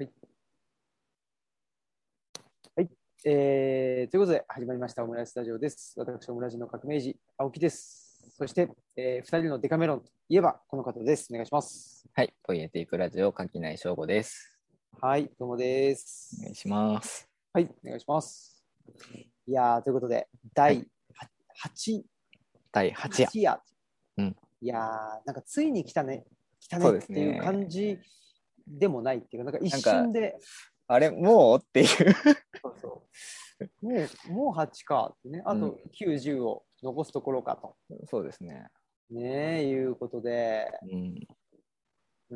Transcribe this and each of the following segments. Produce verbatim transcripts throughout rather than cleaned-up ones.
はい。はい。えー、ということで、始まりました、オムライススタジオです。私、オムラジの革命児、青木です。そして、えー、ふたりのデカメロンといえば、この方です。お願いします。 はい、ポイエティックラジオ、垣内翔吾です。 はい、どうもでお願いしす。 ます。 はい、お願いします。いやー、ということで、 はい、 第はち、 第はち夜。 はち夜。 うん、 いやー、なんかついに来たね、来たねそうですっていうね。 感じでもないっていうか、なんか一なんか、 瞬で、 あれ、もうっていう。 そうそう、もう、もうはちかってね、あうん、 ときゅう、じゅうを残すところかと。 そうですね。 ねえ、いうことで、 うん、 うん、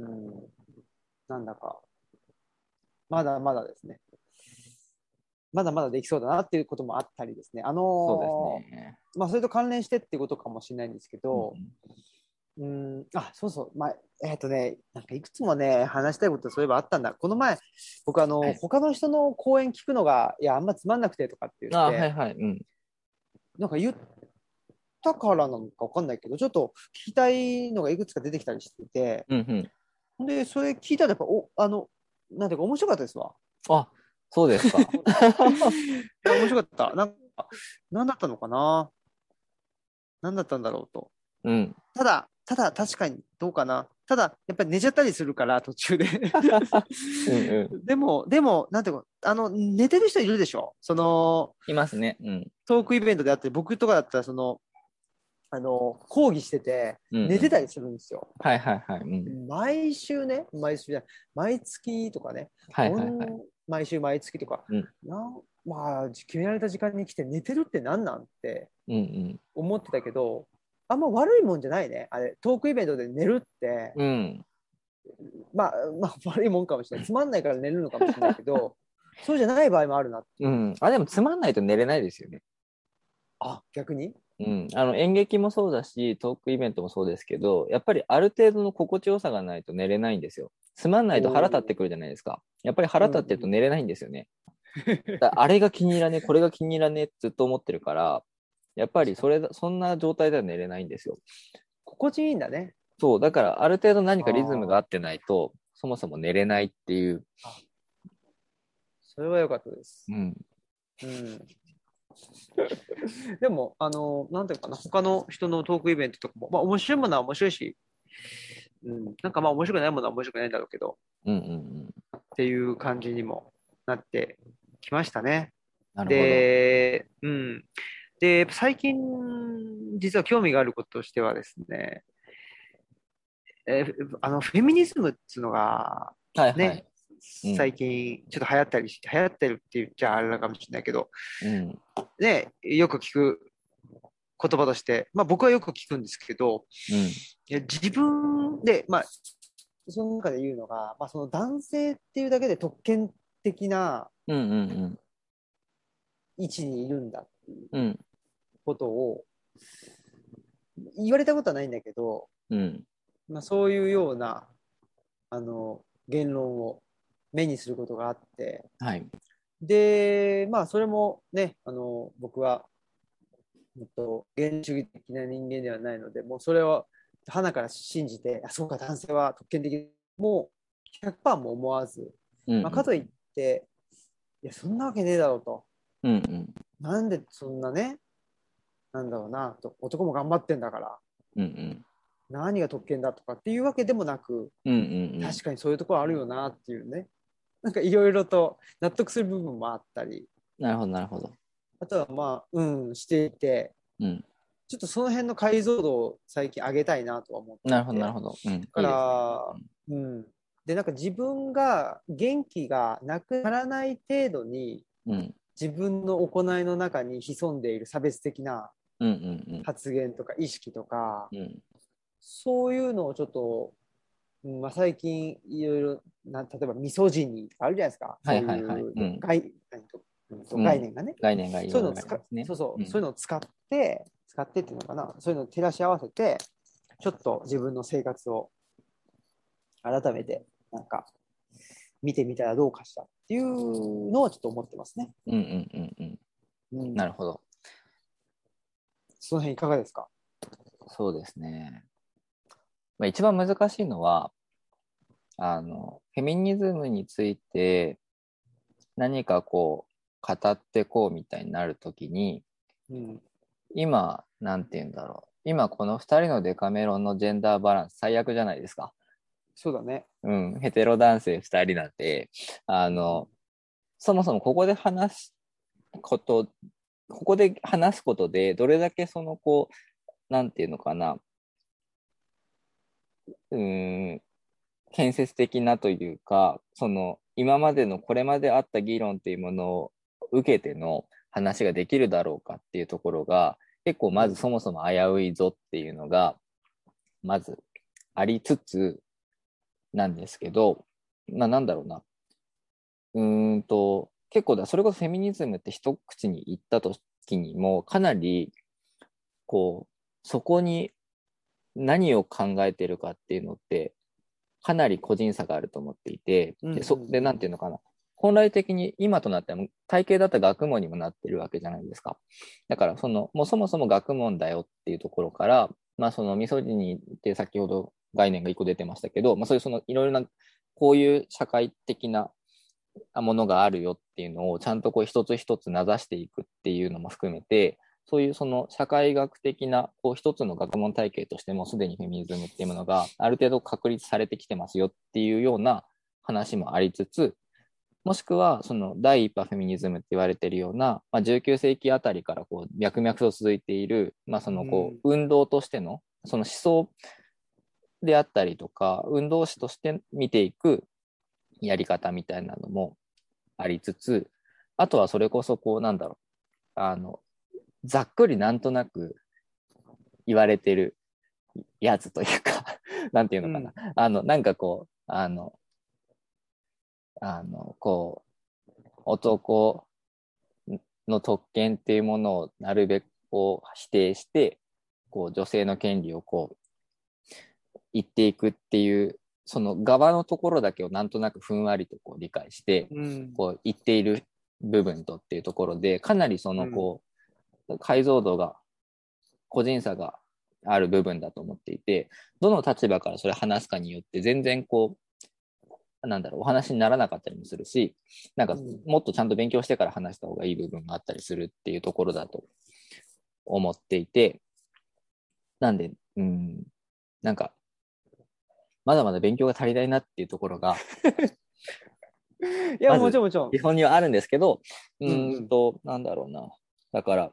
なんだか、まだまだですね。まだまだできそうだなっていうこともあったりですね。あそうですのね。 ーまあ、それと関連してっていうことかもしれないんですけうん、 ど、うん、あ、そうそう、まあ、えっとね、なんかいくつもね、話したいことそういえばあったんだ。この前、僕、あの、 はい。 他の人の講演聞くのが、いや、あんまつまんなくてとかって言っあ、はいて、 はい。うん、 なんか言ったからなのかわかんないけど、ちょっと聞きたいのがいくつか出てきたりしてて、 うん、うん。 で、それ聞いたらやっぱ、お、あの、なんていうか面白かったですわ。 あ、そうですか。 いや、面白かった。なんか、なんだったのかな、なんだったんだろうと。 うん。 ただ、ただ、確かに、どうかな。ただ、やっぱり寝ちゃったりするから、途中で。 うんうん。 でも、でも、なんていうか、あの、寝てる人いるでしょ、その、 いますね。うん。 トークイベントであって、僕とかだったら、その、あの、講義してて、 うんうん。 寝てたりするんですよ。 はいはいはい。うん。 毎週ね、毎週じゃない、毎月とかね、 はいおはいはい。 ん毎週毎月とか、 うん。 なまあ、決められた時間に来て寝てるって何なんってうん思ってたけど、あんま悪いもんじゃないね。あれ、トークイベントで寝るって、 うん。うん。 まあ、まあ、悪いもんかもしれない。つまんないから寝るのかもしれないけど、そうじゃない場合もあるなっていう。 うん。あ、でもつまんないと寝れないですよね。 あ、逆に。 うん、あの演劇もそうだし、トークイベントもそうですけど、やっぱりある程度の心地よさがないと寝れないんですよ。つまんないと腹おー、 立ってくるじゃないですか。やっぱり腹立ってるとうん。 寝れないんですよね。だからあれが気に入らねえ、これが気に入らねえってずっと思ってるから、やっぱり確かに。 それだ、そんな状態では寝れないんですよ。 心地いいんだね。 そう、だからある程度何かリズムがあ合ってないと、そもそも寝れないっていう。 あ、それは良かったです。 うん。 うん。でも、あの、なんていうかな、他の人のトークイベントとかも、まあ、面白いものは面白いし、うん、なんかまあ、面白くないものは面白くないんだろうけど、 うんうんうん。 っていう感じにもなってきましたね。 なるほど。 で、うん。で、最近、実は興味があることとしてはですね、えーあの、フェミニズムっていうのが、ね、 はいはい。うん。 最近ちょっと流行ったりし、流行ってるって言っちゃあれかもしれないけど、 うん。 ね、よく聞く言葉として、まあ僕はよく聞くんですけど、 うん。 いや自分で、まあ、その中で言うのが、まあ、その男性っていうだけで特権的なうんうん位置にいるんだっていううん。うん。 ことを言われたことはないんだけど、 うん。 まあ、そういうようなあの言論を目にすることがあって、 はい。 で、まあ、それもね、あの僕は、えっと、原主義的な人間ではないので、もうそれを鼻から信じて、あ、そうか、男性は特権的、もうひゃくパーセントも思わず、 うんまあ、かといっうんて、いや、そんなわけねえだろうと。 うんうんなんでそんなね、なんだろうな、と男も頑張ってんだから、 うんうん何が特権だとかっていうわけでもなく、 うんうんうん。 確かにそういうところあるよなっていうね、なんかいろいろと納得する部分もあったり、 なるほど、なるほど。 あとはまあ、うん、していて、 うん。 ちょっとその辺の解像度を最近上げたいなとは思ってなるほど、なるいて、 ほど。うん。 だかいいですね。うら、 ん。 うん。で、なんか自分が元気がなくならない程度に、 うん。 自分の行いの中に潜んでいる差別的なうんうん発言とか意識とか、 うん。うん。 そういうのをちょっと、うんまあ、最近いろいろな、例えばミソジニーとかあるじゃないですか。 はそういいはいはい。 ううん。 概、うんとうん。 概念がね。 概念がいろいろありそういうのを使ますね。 そうそう、そういううん。 のを使って、使ってっていうのかな。そういうのを照らし合わせて、ちょっと自分の生活を改めて、なんか、見てみたらどうかしたっていうのをちょっと思ってますね。 うんうんうんうん。 うん。 なるほど。 その辺いかがですか？ そうですね。まあ、一番難しいのは、 あの、フェミニズムについて何かこう、語ってこうみたいになるときに、 うん、 今、なんて言うんだろう。今、このふたりのデカメロンのジェンダーバランス最悪じゃないですか。 そうだね。 うん、ヘテロ男性ふたりなんて、あの、そもそもここで話すこと、ここで話すことで、どれだけその、こう、なんていうのかな、うーん、建設的なというか、その、今までのこれまであった議論っていうものを受けての話ができるだろうかっていうところが、結構まずそもそも危ういぞっていうのが、まずありつつなんですけど、まあなんだろうな。うーんと、結構だ、それこそフェミニズムって一口に言った時にも、かなり、こう、そこに何を考えてるかっていうのって、かなり個人差があると思っていて、 うんうんで、そでなんていうのかな。本来的に今となっては体系だった学問にもなってるわけじゃないですか。だからそのもうそもそも学問だよっていうところから、まあそのミソジニーって先ほど概念が一個出てましたけど、まあそういうそのいろいろなこういう社会的なものがあるよっていうのをちゃんとこう一つ一つ名指していくっていうのも含めて、そういうその社会学的なこう一つの学問体系としてもすでにフェミニズムっていうものがある程度確立されてきてますよっていうような話もありつつ、もしくはその第一波フェミニズムって言われているような、まあ、じゅうきゅう世紀あたりからこう脈々と続いている、まあ、そのこう運動としてのその思想であったりとか運動史として見ていくやり方みたいなのもありつつ、あとはそれこそこうなんだろう、あのざっくりなんとなく言われてるやつというかなんていうのかな、うん、あのなんかこうあのあのこう男の特権っていうものをなるべくこう否定してこう女性の権利をこう言っていくっていうその側のところだけをなんとなくふんわりとこう理解して、うん、こう言っている部分とっていうところでかなりそのこう、うん、解像度が個人差がある部分だと思っていて、どの立場からそれ話すかによって全然こうなんだろうお話にならなかったりもするし、なんかもっとちゃんと勉強してから話した方がいい部分があったりするっていうところだと思っていて、なんで、うん、なんかまだまだ勉強が足りないなっていうところがいや、もちろんもちろん基本にはあるんですけど、うんと、うん、なんだろうな、だから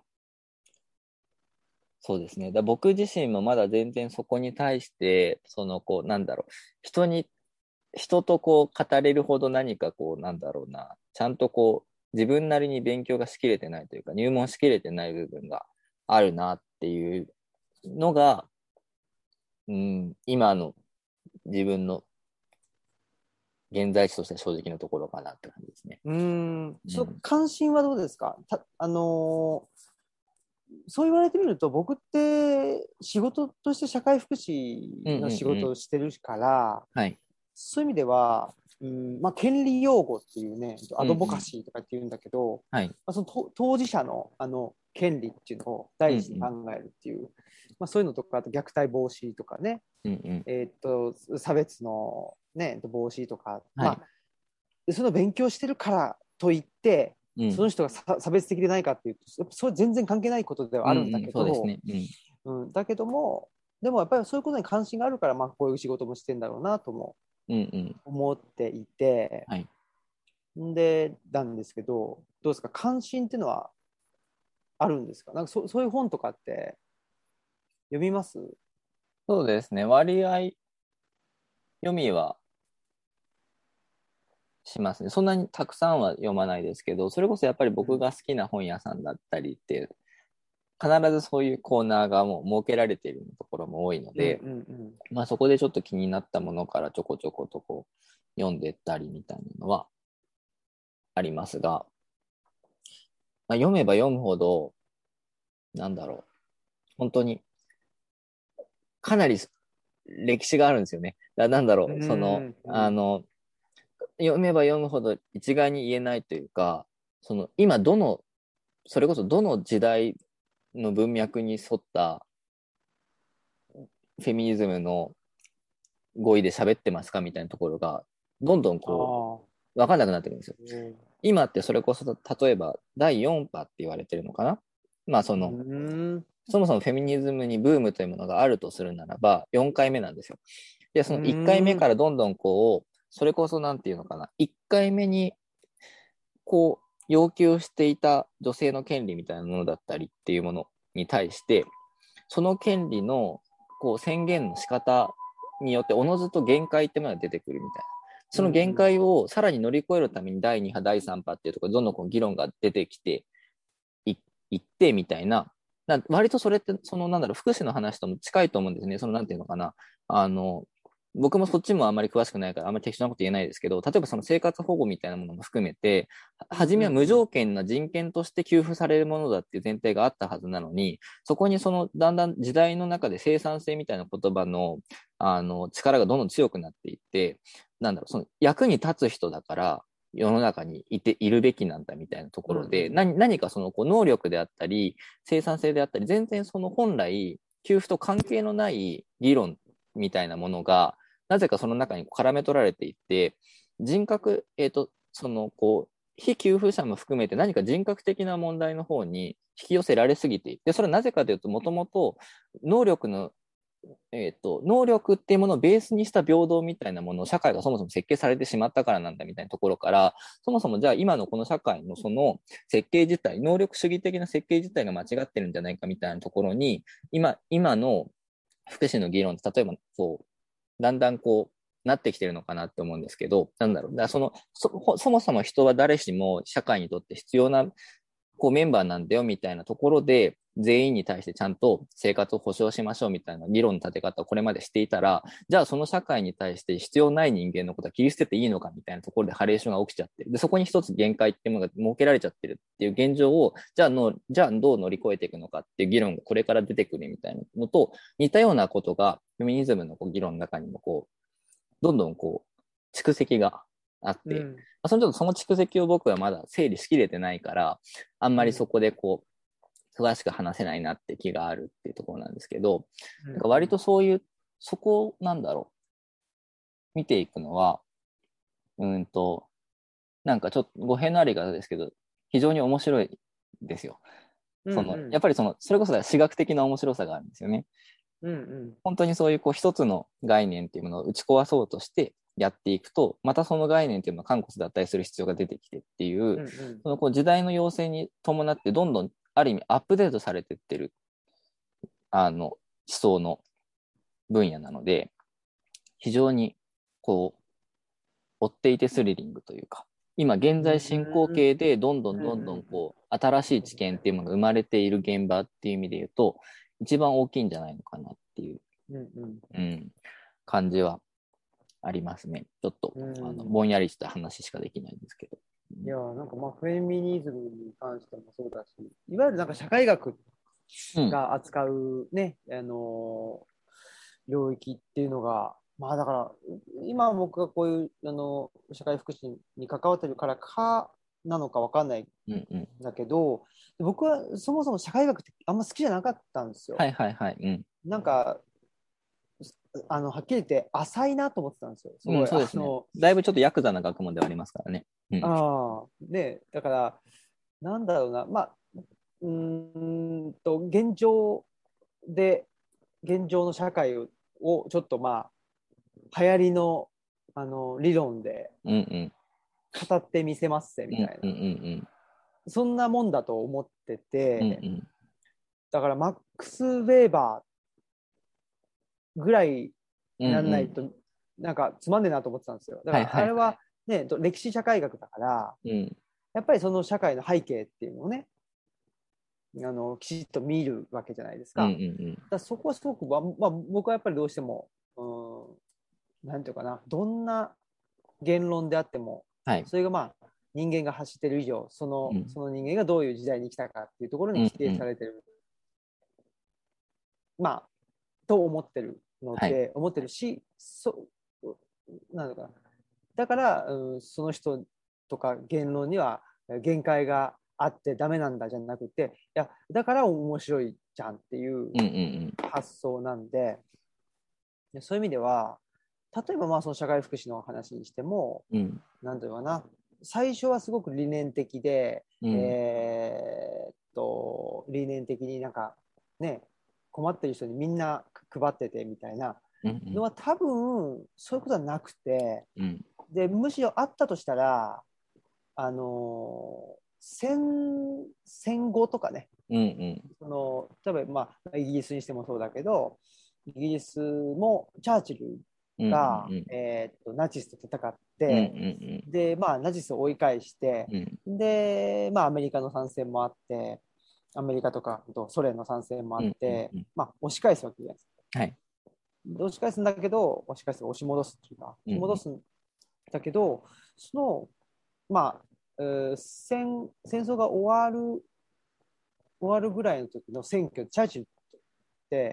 そうですね。だ僕自身もまだ全然そこに対してそのこうなんだろう人に人とこう語れるほど何かこうなんだろうなちゃんとこう自分なりに勉強がしきれてないというか入門しきれてない部分があるなっていうのが、うん、今の自分の現在地としては正直なところかなって感じですね。 うん、ちょっと関心はどうですか？たあのーそう言われてみると僕って仕事として社会福祉の仕事をしてるから、うんうんうんはい、そういう意味では、うんまあ、権利擁護っていうねアドボカシーとかっていうんだけど、うんうんはいまあ、その当事者のあの権利っていうのを第一に考えるっていう、うんうんまあ、そういうのとかあと虐待防止とかね、うんうんえー、っと差別の、ね、防止とか、はいまあ、その勉強してるからといってうん、その人が差別的でないかっていうとそれ全然関係ないことではあるんだけど、うんうんねうんうん、だけどもでもやっぱりそういうことに関心があるから、まあ、こういう仕事もしてんだろうなとも思っていて、うんうん、でなんですけどどうですか関心っていうのはあるんですか？なんか そ, そういう本とかって読みます？ そうですね割合読みはしますね。そんなにたくさんは読まないですけど、それこそやっぱり僕が好きな本屋さんだったりって、必ずそういうコーナーがもう設けられているところも多いので、うんうんうん、まあそこでちょっと気になったものからちょこちょことこう読んでったりみたいなのはありますが、まあ、読めば読むほど、なんだろう、本当にかなり歴史があるんですよね。だなんだろう、その、あの、読めば読むほど一概に言えないというか、その今どの、それこそどの時代の文脈に沿ったフェミニズムの語彙で喋ってますかみたいなところがどんどんこう分かんなくなってくるんですよ。 うん、 今ってそれこそ例えばだいよん波って言われてるのかな。まあその、 うん、 そもそもフェミニズムにブームというものがあるとするならばよんかいめなんですよ。で、そのいっかいめからどんどんこう、それこそなんていうのかな、いっかいめにこう要求していた女性の権利みたいなものだったりっていうものに対して、その権利のこう宣言の仕方によっておのずと限界ってものが出てくるみたいな。その限界をさらに乗り越えるためにだいに波、だいさん波っていうところでどんどんこう議論が出てきていってみたいな。割とそれってそのなんだろう、福祉の話とも近いと思うんですね。そのなんていうのかな。あの僕もそっちもあんまり詳しくないからあんまり適当なこと言えないですけど、例えばその生活保護みたいなものも含めて、初めは無条件な人権として給付されるものだっていう前提があったはずなのに、そこにそのだんだん時代の中で生産性みたいな言葉のあの力がどんどん強くなっていって、なんだろう、その役に立つ人だから世の中にいているべきなんだみたいなところで、うんうん、何, 何かそのこう能力であったり生産性であったり、全然その本来給付と関係のない議論みたいなものがなぜかその中に絡め取られていって、人格、えっと、そのこう非給付者も含めて何か人格的な問題の方に引き寄せられすぎていて、それはなぜかというと、もともと能力のえーと、能力っていうものをベースにした平等みたいなものを社会がそもそも設計されてしまったからなんだみたいなところから、そもそもじゃあ今のこの社会のその設計自体、能力主義的な設計自体が間違ってるんじゃないかみたいなところに、今、今の福祉の議論って例えばこう、だんだんこう、なってきてるのかなって思うんですけど、なんだろう、だからそのそ、そもそも人は誰しも社会にとって必要なこうメンバーなんだよみたいなところで、全員に対してちゃんと生活を保障しましょうみたいな議論の立て方をこれまでしていたら、じゃあその社会に対して必要ない人間のことは切り捨てていいのかみたいなところでハレーションが起きちゃってる。で、そこに一つ限界っていうものが設けられちゃってるっていう現状を、じゃあの、じゃあどう乗り越えていくのかっていう議論がこれから出てくるみたいなのと、似たようなことがフェミニズムのこう議論の中にもこう、どんどんこう、蓄積があって、うん、そのちょっとその蓄積を僕はまだ整理しきれてないから、あんまりそこでこう、詳しく話せないなって気があるっていうところなんですけど、うん、なんか割とそういう、そこなんだろう、見ていくのは、うんと、なんかちょっと語弊のあり方ですけど、非常に面白いですよ。うんうん、そのやっぱりその、それこそ私学的な面白さがあるんですよね。うんうん、本当にそういうこう一つの概念っていうものを打ち壊そうとしてやっていくと、またその概念っていうのは貫骨脱退する必要が出てきてっていう、うんうん、そのこう時代の要請に伴ってどんどんある意味アップデートされてってるあの思想の分野なので、非常にこう追っていてスリリングというか、今現在進行形でどんどんどんどんこう新しい知見っていうものが生まれている現場っていう意味で言うと、一番大きいんじゃないのかなっていう、うんうんうん、感じはありますね。ちょっと、うん、あのぼんやりした話しかできないんですけど。 いやなんかまあフェミニズムに関してもそうだし、いわゆるなんか社会学が扱うね、うん、あの領域っていうのが、まあだから今僕がこういうあの社会福祉に関わってるからかなのか分かんないんだけど、うんうん、僕はそもそも社会学ってあんま好きじゃなかったんですよ。 はいはいはい。うん、 なんかあのはっきり言って浅いなと思ってたんですよ。すごい、 うん、そうですね。だいぶちょっとヤクザな学問ではありますからね。 うん、ああ、で、だから、なんだろうな、まあ、うーんと、現状で、現状の社会ををちょっとまあ、流行りのあの理論で語ってみせますせみたいな、そんなもんだと思ってて、うんうん、だからマックス・ウェーバーぐらいにならないと、うんうん、なんかつまんねえなと思ってたんですよ。だからあれは、ね、歴史社会学だから、うん、やっぱりその社会の背景っていうのをね、あのきちっと見るわけじゃないですか。うんうんうん、だそこはすごく、まあ、僕はやっぱりどうしても、うん、なんていうかな、どんな言論であっても、はい、それがまあ人間が発している以上、その、うん、その人間がどういう時代に来たかっていうところに規定されてる、うんうん、まあと思ってるので、はい、思ってるし、そなんのかな、だから、うん、その人とか言論には限界があってダメなんだじゃなくて、いやだから面白いじゃんっていう発想なんで、うんうんうん、そういう意味では例えばまあその社会福祉の話にしても、 うん。 なんていうのかな、最初はすごく理念的で、 うん。 えーっと理念的になんかね、困ってる人にみんな配っててみたいなうんのは多分そういうことはなくて、 うん。 でむしろあったとしたら、あの戦戦後とかね、 うんうんその例えば、まあ、イギリスにしてもそうだけど、イギリスもチャーチルうんが、 うんえーっとナチスと戦っうんうて、 んで、まあ、ナチスを追い返して、 うんで、まあ、アメリカの参戦もあって、アメリカとかとソ連の参戦もあうんうんうんって、 うん。 まあ、押し返すわけじゃないですか。 はい。 で押し返すんだけど、押し返す、押し戻すっていうか、 うんうん押し戻すんだけど、その、まあ、えー戦戦争が終わる、終わるぐらいの時の選挙、チャーチルって、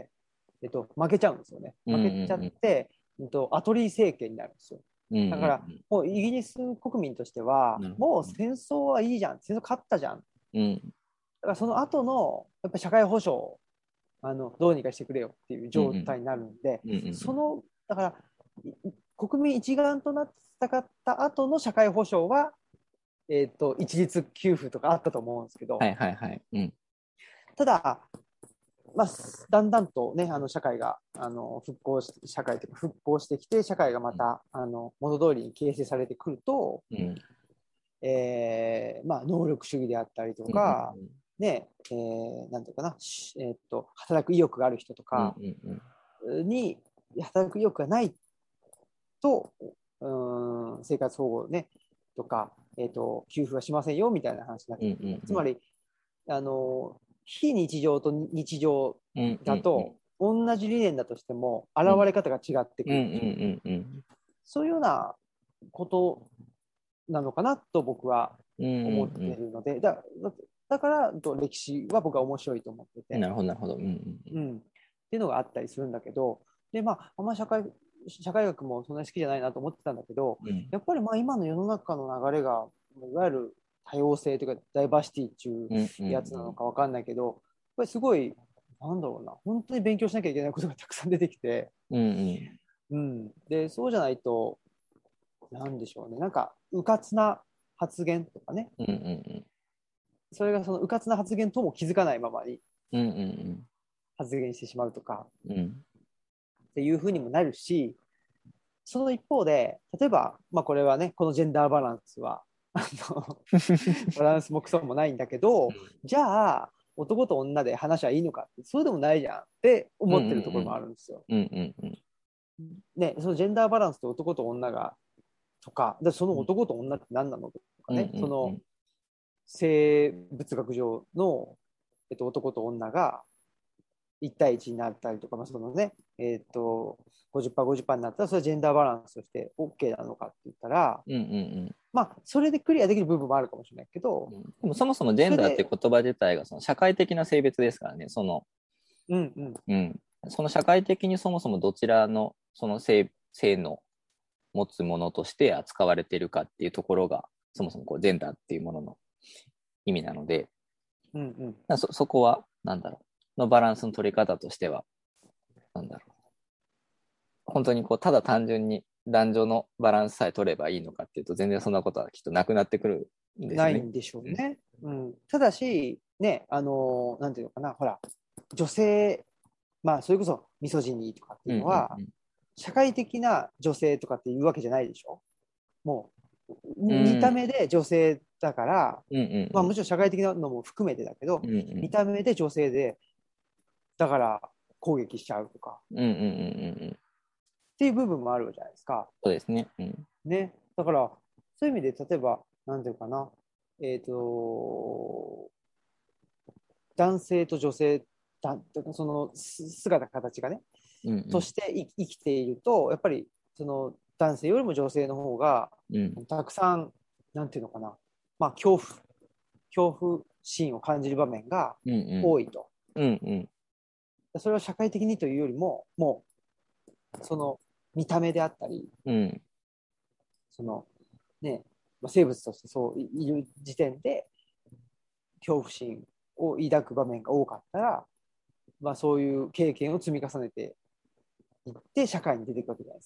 えっと、負けちゃうんですよね。 うん負けちゃっうんて、えっと、アトリー政権になるんですよ。 うんうんだから、 うんもうイギリス国民としては、 なるほど。 もう戦争はいいじゃん、戦争勝ったじゃん。だうんからその後のやっぱ社会保障をあのどうにかしてくれよっていううんうん状態になるんで、 うんうんそのだから国民一丸となって戦った後の社会保障は、えー、と一律給付とかあったと思うんですけど、 はいはいはい。うんただ、まあ、だんだんと、ね、あの社会があの復興し社会というか復興してきて、社会がまたあの元通りに形成されてくると、 うんえーまあ、能力主義であったりとうんうんか、ねえー、なんていうかな、えー、と働く意欲がある人とうんかうんに働く意欲がないと、うん生活保護、ね、とか、えー、と給付はしませんよみたいな話になっうんてくる、ね、 うんつまりあの非日常と日常うんうんだと同じ理念だとしても現うんれ方が違ってくる、 うんうんうんそういうようなことなのかなと僕はうんうん思っているので、だだから歴史は僕は面白いと思ってて、 なるほどなるほど。うんうんうん、っていうのがあったりするんだけど、でまああんまり社会社会学もそんなに好きじゃないなと思ってたんだけど、 うんやっぱりまあ今の世の中の流れがいわゆる多様性というかダイバーシティっていううんうんやつなのか分かんないけど、やっぱりすごいなんだろうな、本当に勉強しなきゃいけないことがたくさん出てきて、 うんうんうん、でそうじゃないとなんでしょうね、なんかうかつな発言とかね、 うんうんそれがそのうかつな発言とも気づかないままにうんうん発言してしまうとかうんうんっていうふうにもなるし、その一方で、例えば、まあ、これはね、このジェンダーバランスはあのバランスもクソもないんだけど、じゃあ男と女で話はいいのかって、そうでもないじゃんって思ってるところもあるんですよ。 うんうんうんね、そのジェンダーバランスって男と女がとか、でその男と女って何なのとかね、その生物学上の、えっと、男と女がいち対いちになったりとか、まあそのねえっと、ごじゅっパーセント、ごじゅっパーセント になったら、それはジェンダーバランスとして OK なのかって言ったら、 うんうんうんまあ、それでクリアできる部分もあるかもしれないけど、 でもそもそもジェンダーって言葉自体がその社会的な性別ですからね、その、 うんうん、 うん、その社会的にそもそもどちらのその性、性の持つものとして扱われているかっていうところが、そもそもこうジェンダーっていうものの意味なので、 うんうん、 そ、そこは、なんだろう、のバランスの取り方としては、なんだろう、本当にこう、ただ単純に男女のバランスさえ取ればいいのかっていうと、全然そんなことはきっとなくなってくるんですよね。 ないんでしょうね。うん、ただし、ね、あのーなんていうのかな、ほら、女性、まあ、それこそミソジニーとかっていうのは、 うんうん社会的な女性とかっていうわけじゃないでしょ。もう、 うん見た目で女性だから、 うんうんうんまあ、もちろん社会的なのも含めてだけど、 うんうん見た目で女性で、だから攻撃しちゃうとかうんうんうんうんっていう部分もあるじゃないですか。 そうですね。うんね。だから、そういう意味で、例えば、なんていうかな、えっ、と、男性と女性、だその姿、形がね、 うんうんとして生生きていると、やっぱり、その男性よりも女性の方が、 うんたくさん、なんていうのかな、まあ、恐怖、恐怖心を感じる場面がうんうん多いと。 うんうんそれは社会的にというよりも、もう、その見た目であったり、 うんそのね、まあ、生物としてそういる時点で、恐怖心を抱く場面が多かったら、まあ、そういう経験を積み重ねていって、社会に出ていくわけじゃないですか。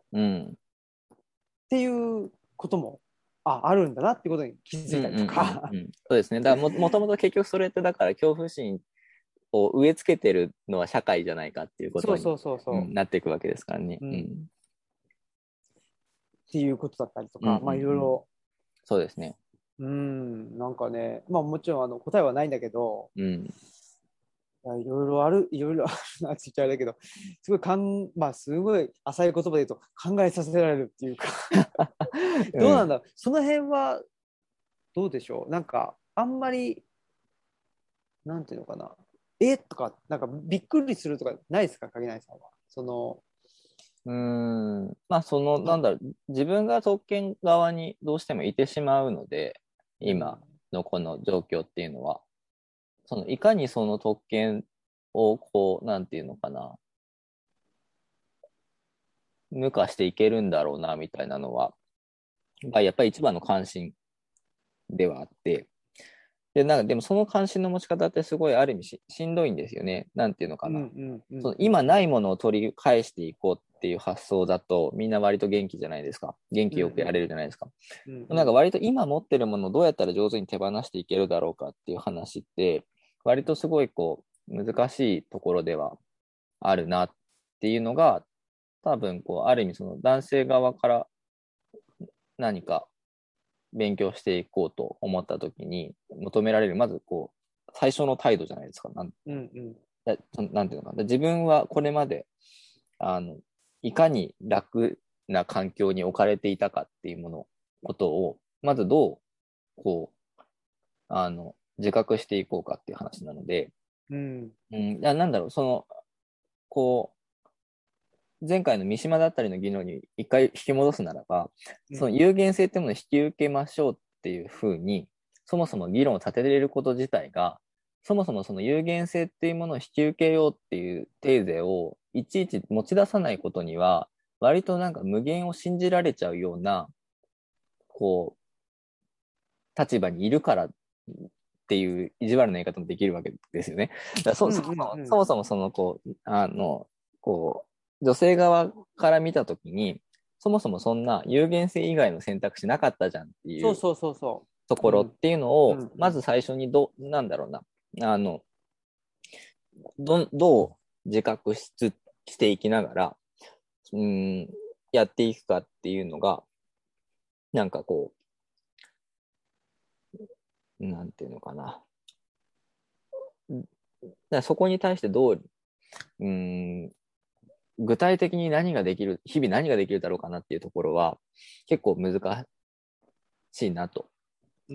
うん。 っていうことも、あ、あるんだなってことに気づいたりとか。 うんうんうんうん、そうですね。だからも、もともと結局それってだから恐怖心を植え付けてるのは社会じゃないかっていうことに、 そうそうそううん、 そなっていくわけですからね。 う。ううん。 ん。っていうことだったりとうんうか、まあいんうん。 ろいろ、 そうですね。 うん、なんかね、まあもちろんあの答えはないんだけど、 うん。 いやいろいろある、いろいろあるなって言っちゃあれだけど、すごいかん、まあすごい浅い言葉で言うと考えさせられるっていうかうん。 どうなんだ、その辺はどうでしょう。なんか、あんまり、なんていうのかな。えとか、なんかびっくりするとかないですか、影内さんは。その、 うーん。まあ、その、なあ、 んだろう、自分が特権側にどうしてもいてしまうので、 うん、 今のこの状況っていうのは、その、いかにその特権を、こう、なんていうのかな、無化していけるんだろうな、みたいなのは、がやっぱり一番の関心ではあって、で、なんか、でもその関心の持ち方ってすごいある意味し、しんどいんですよね。なんていうのかうん、うな。 ん、うん、 そのうん、うん、 今ないものを取り返していこうっていう発想だと、みんな割と元気じゃないですか。元気うん、 よくやれるじゃないですか。 うん、うん、 なんか割と今持ってるものをどうやったら上手に手放していけるだろうかっていう話って、割とすごいこう、難しいところではあるなっていうのが、多分こう、ある意味その男性側から何か勉強していこうと思った時に求められる、まずこう、最初の態度じゃないですか。なん、 うん、うん、 だなんていうのかな。自分はこれまで、あの、いかに楽な環境に置かれていたかっていうもの、ことを、まずどう、こう、あの、自覚していこうかっていう話なので、 うん、 うん、ななんだろう、その、こう、前回の三島だったりの議論に一回引き戻すならば、その有限性っていうものを引き受けましょうっていうふうに、そもそも議論を立てれること自体が、そもそもその有限性っていうものを引き受けようっていうテーゼをいちいち持ち出さないことには、割となんか無限を信じられちゃうような、こう、立場にいるからっていう意地悪な言い方もできるわけですよね。だからそ、 うん、 そもそも、 うん、 そもそもその、こう、あの、こう、女性側から見たときに、そもそもそんな有限性以外の選択肢なかったじゃんっていうそうそうそうそとう。うん、 ころっていうのを、 うん、うん、 まず最初にど、なんだろうな、あの、ど、どう自覚しつ、していきながら、うん、やっていくかっていうのが、なんかこう、なんていうのかな。だからそこに対してどう、うん、具体的に何ができる、日々何ができるだろうかなっていうところは、結構難しいなとうん。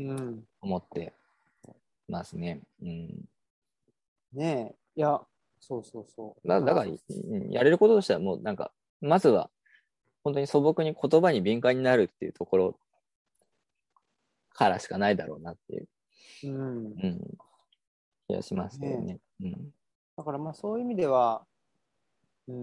思ってますね。うん。 ねえ。いや、そうそうそう。だだ、 から、 だから、うんやれることとしてはもうなんか、まずは本当に素朴に言葉に敏感になるっていうところからしかないだろうなっていう、 うん。 うん、気がしますけどねえ。 ね。うん。 だからまあそういう意味では、うん、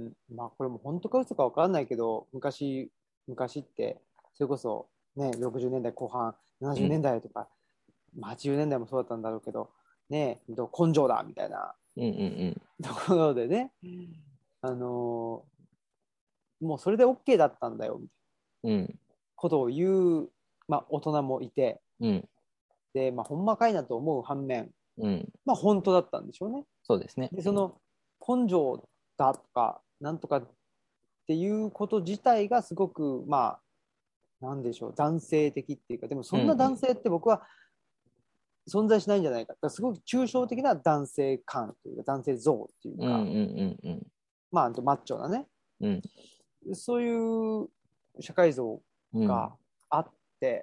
まあこれも本当か嘘か分からないけど、昔、昔って、それこそね、ろくじゅうねんだいこう半、70年うん。 代とか、まあ、はちじゅうねんだいもそうだったんだろうけど、ね、根性だみたいなうんうんところでね、あのーもうそれで OK だったんだよみたいなうん。うん。 ことを言う、まあ、大人もいて、 うん。 で、まあ、ほんまかいなと思う反面、 うん。 まあ、本当だったんでしょうね。 そうですね。 で、 うん。 その根性だとか、なんとかっていうこと自体がすごく、まあ、なんでしょう、男性的っていうか、でもそんなうん男性って僕は存在しないんじゃないか。だからすごく抽象的な男性感というか、男性像っていううん。うんか、 うんうんまあ、マッチョなね、 うん。 そういう社会像うん。 があって、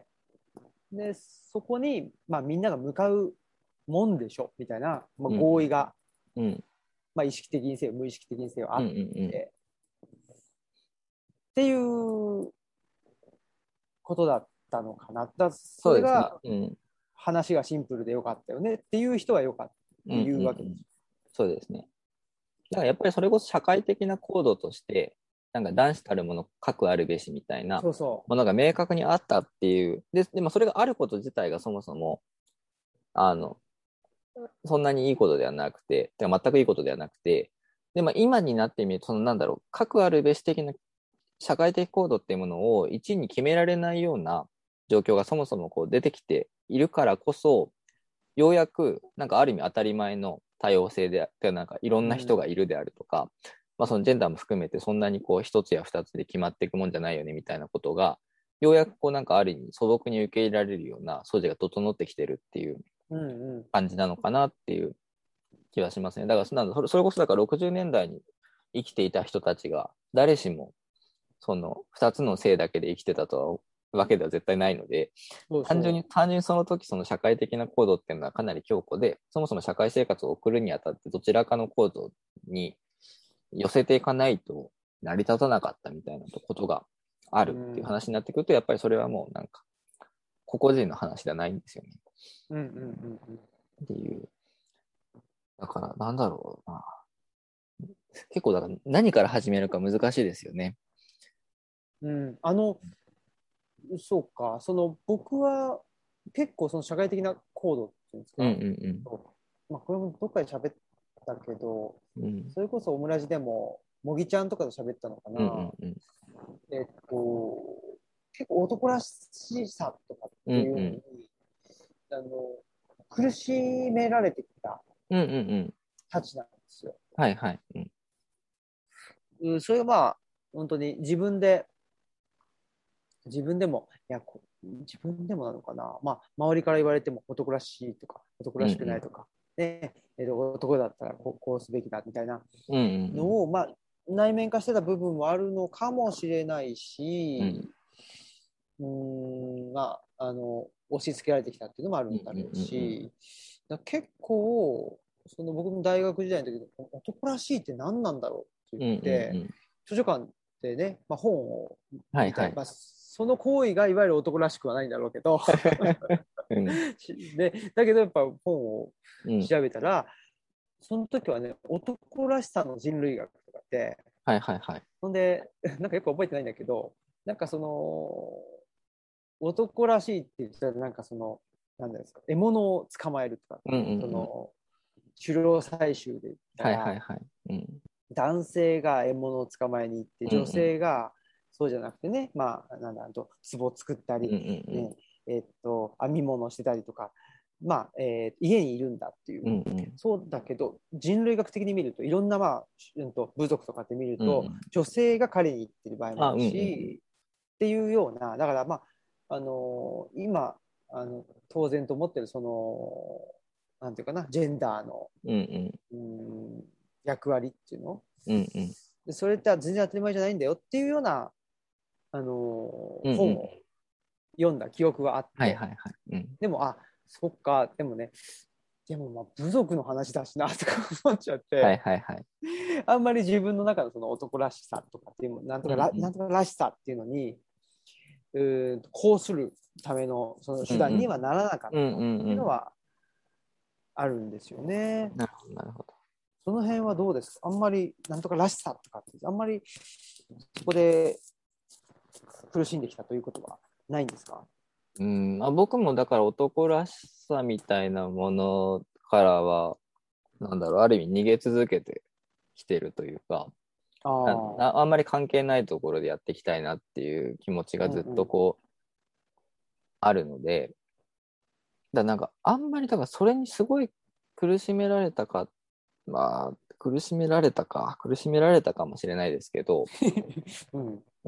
で、そこに、まあ、みんなが向かうもんでしょ、みたいな、まあ、 うん。 合意が、 うん。 まあ、意識的にせよ、無意識的にせよあっうんうんうん。 て、っていうことだったのかな。だそそうですね。 れがうん。 話がシンプルでよかったよねっていう人はよかったってうんうんうん。 いうわけです。 そうですね。だからやっぱりそれこそ社会的なコードとして、なんか男子たるもの核あるべしみたいなそうそものが明確にあったっていう。で、でもそれがあること自体がそもそも、あの、そんなにいいことではなくて、てか全くいいことではなくて、で、まあ今になってみると、そのなんだろう、核あるべし的な社会的コードっていうものを一に決められないような状況がそもそもこう出てきているからこそ、ようやくなんかある意味当たり前の多様性で、なんかいろんな人がいるであるとか、うん、まあそのジェンダーも含めてそんなにこう一つや二つで決まっていくもんじゃないよねみたいなことが、ようやくこうなんかある意味素朴に受け入れられるような素地が整ってきてるっていう感じなのかなっていう気はしますね。だからそれそれこそだからろくじゅうねんだいに生きていた人たちが誰しもその二つの性だけで生きてたとはわけでは絶対ないので、そうそう単純に単純にその時その社会的なコードっていうのはかなり強固で、そもそも社会生活を送るにあたってどちらかのコードに寄せていかないと成り立たなかったみたいなことがあるっていう話になってくると、やっぱりそれはもうなんか個々人の話ではないんですよね。 うんうんうんうん。 っていう。だからなんだろうな。結構だから何から始めるか難しいですよね。 うん、あの、そうか、その僕は結構その社会的なコードっていうんですか、 うんうんうん、 まあ、これもどっかで喋ったけど、 うん、 それこそオムラジでも、もぎちゃんとかで喋ったのかな、 うんうんうん、 えっと、結構男らしさとかっていうのに、うんうん、あの苦しめられてきたたちなんですよ。 はいはい。 うん、それがまあ、本当に自分で、自分でも、いや、自分でもなのかな、まあ、周りから言われても男らしいとか、男らしくないとか、うんうん、ねえー、男だったらこう、こうすべきだみたいなのを、うんうん、まあ、内面化してた部分もあるのかもしれないし、うん、うん、まあ、あの、押し付けられてきたっていうのもあるんだろうし、だ結構、その僕も大学時代の時に男らしいって何なんだろうって言って、うんうんうん、図書館でね、まあ、本を見たり、はいはい、まあ、その行為がいわゆる男らしくはないんだろうけど、うん、でだけどやっぱ本を調べたら、うん、その時はね、男らしさの人類学とかって、 はいはいはい、 ほんでなんかよく覚えてないんだけど、なんかその男らしいって言ったらなんかその何ですか、獲物を捕まえるとか、うんうんうん、その狩猟採集で言ったら、はいはいはい、うん、男性が獲物を捕まえに行って女性がそうじゃなくてね、うんうん、まあなんだと壺を作ったり、うんうんうん、ね、えー、っと編み物をしてたりとか、まあえー、家にいるんだっていう、うんうん、そうだけど人類学的に見るといろんな、まあ、うん、と部族とかって見ると、うんうん、女性が狩りに行ってる場合もあるし、うんうん、っていうような、だからまああのー、今あの当然と思ってるそのなんていうかな、ジェンダーの、うんうん、うん役割っていうの、うんうん、でそれって全然当たり前じゃないんだよっていうような、あのーうんうん、本を読んだ記憶があって、はいはいはい、うん、でもあそっか、でもね、でもまあ部族の話だしなとか思っちゃって、はいはいはい、あんまり自分の中のその男らしさとかっていうなんとか、うんうん、なんとからしさっていうのにうこうするためのその手段にはならなかったっていうのはあるんですよね。 なるほどなるほど。 その辺はどうですか？あんまりなんとからしさとかってあんまりそこで苦しんできたということはないんですか？ うん、まあ、僕もだから男らしさみたいなものからはなんだろう、ある意味逃げ続けてきてるというか、あ, あ, あんまり関係ないところでやっていきたいなっていう気持ちがずっとこう、うんうん、あるので、だなんかあんまりだからそれにすごい苦しめられたか、まあ苦しめられたか苦しめられたかもしれないですけど、うんうん、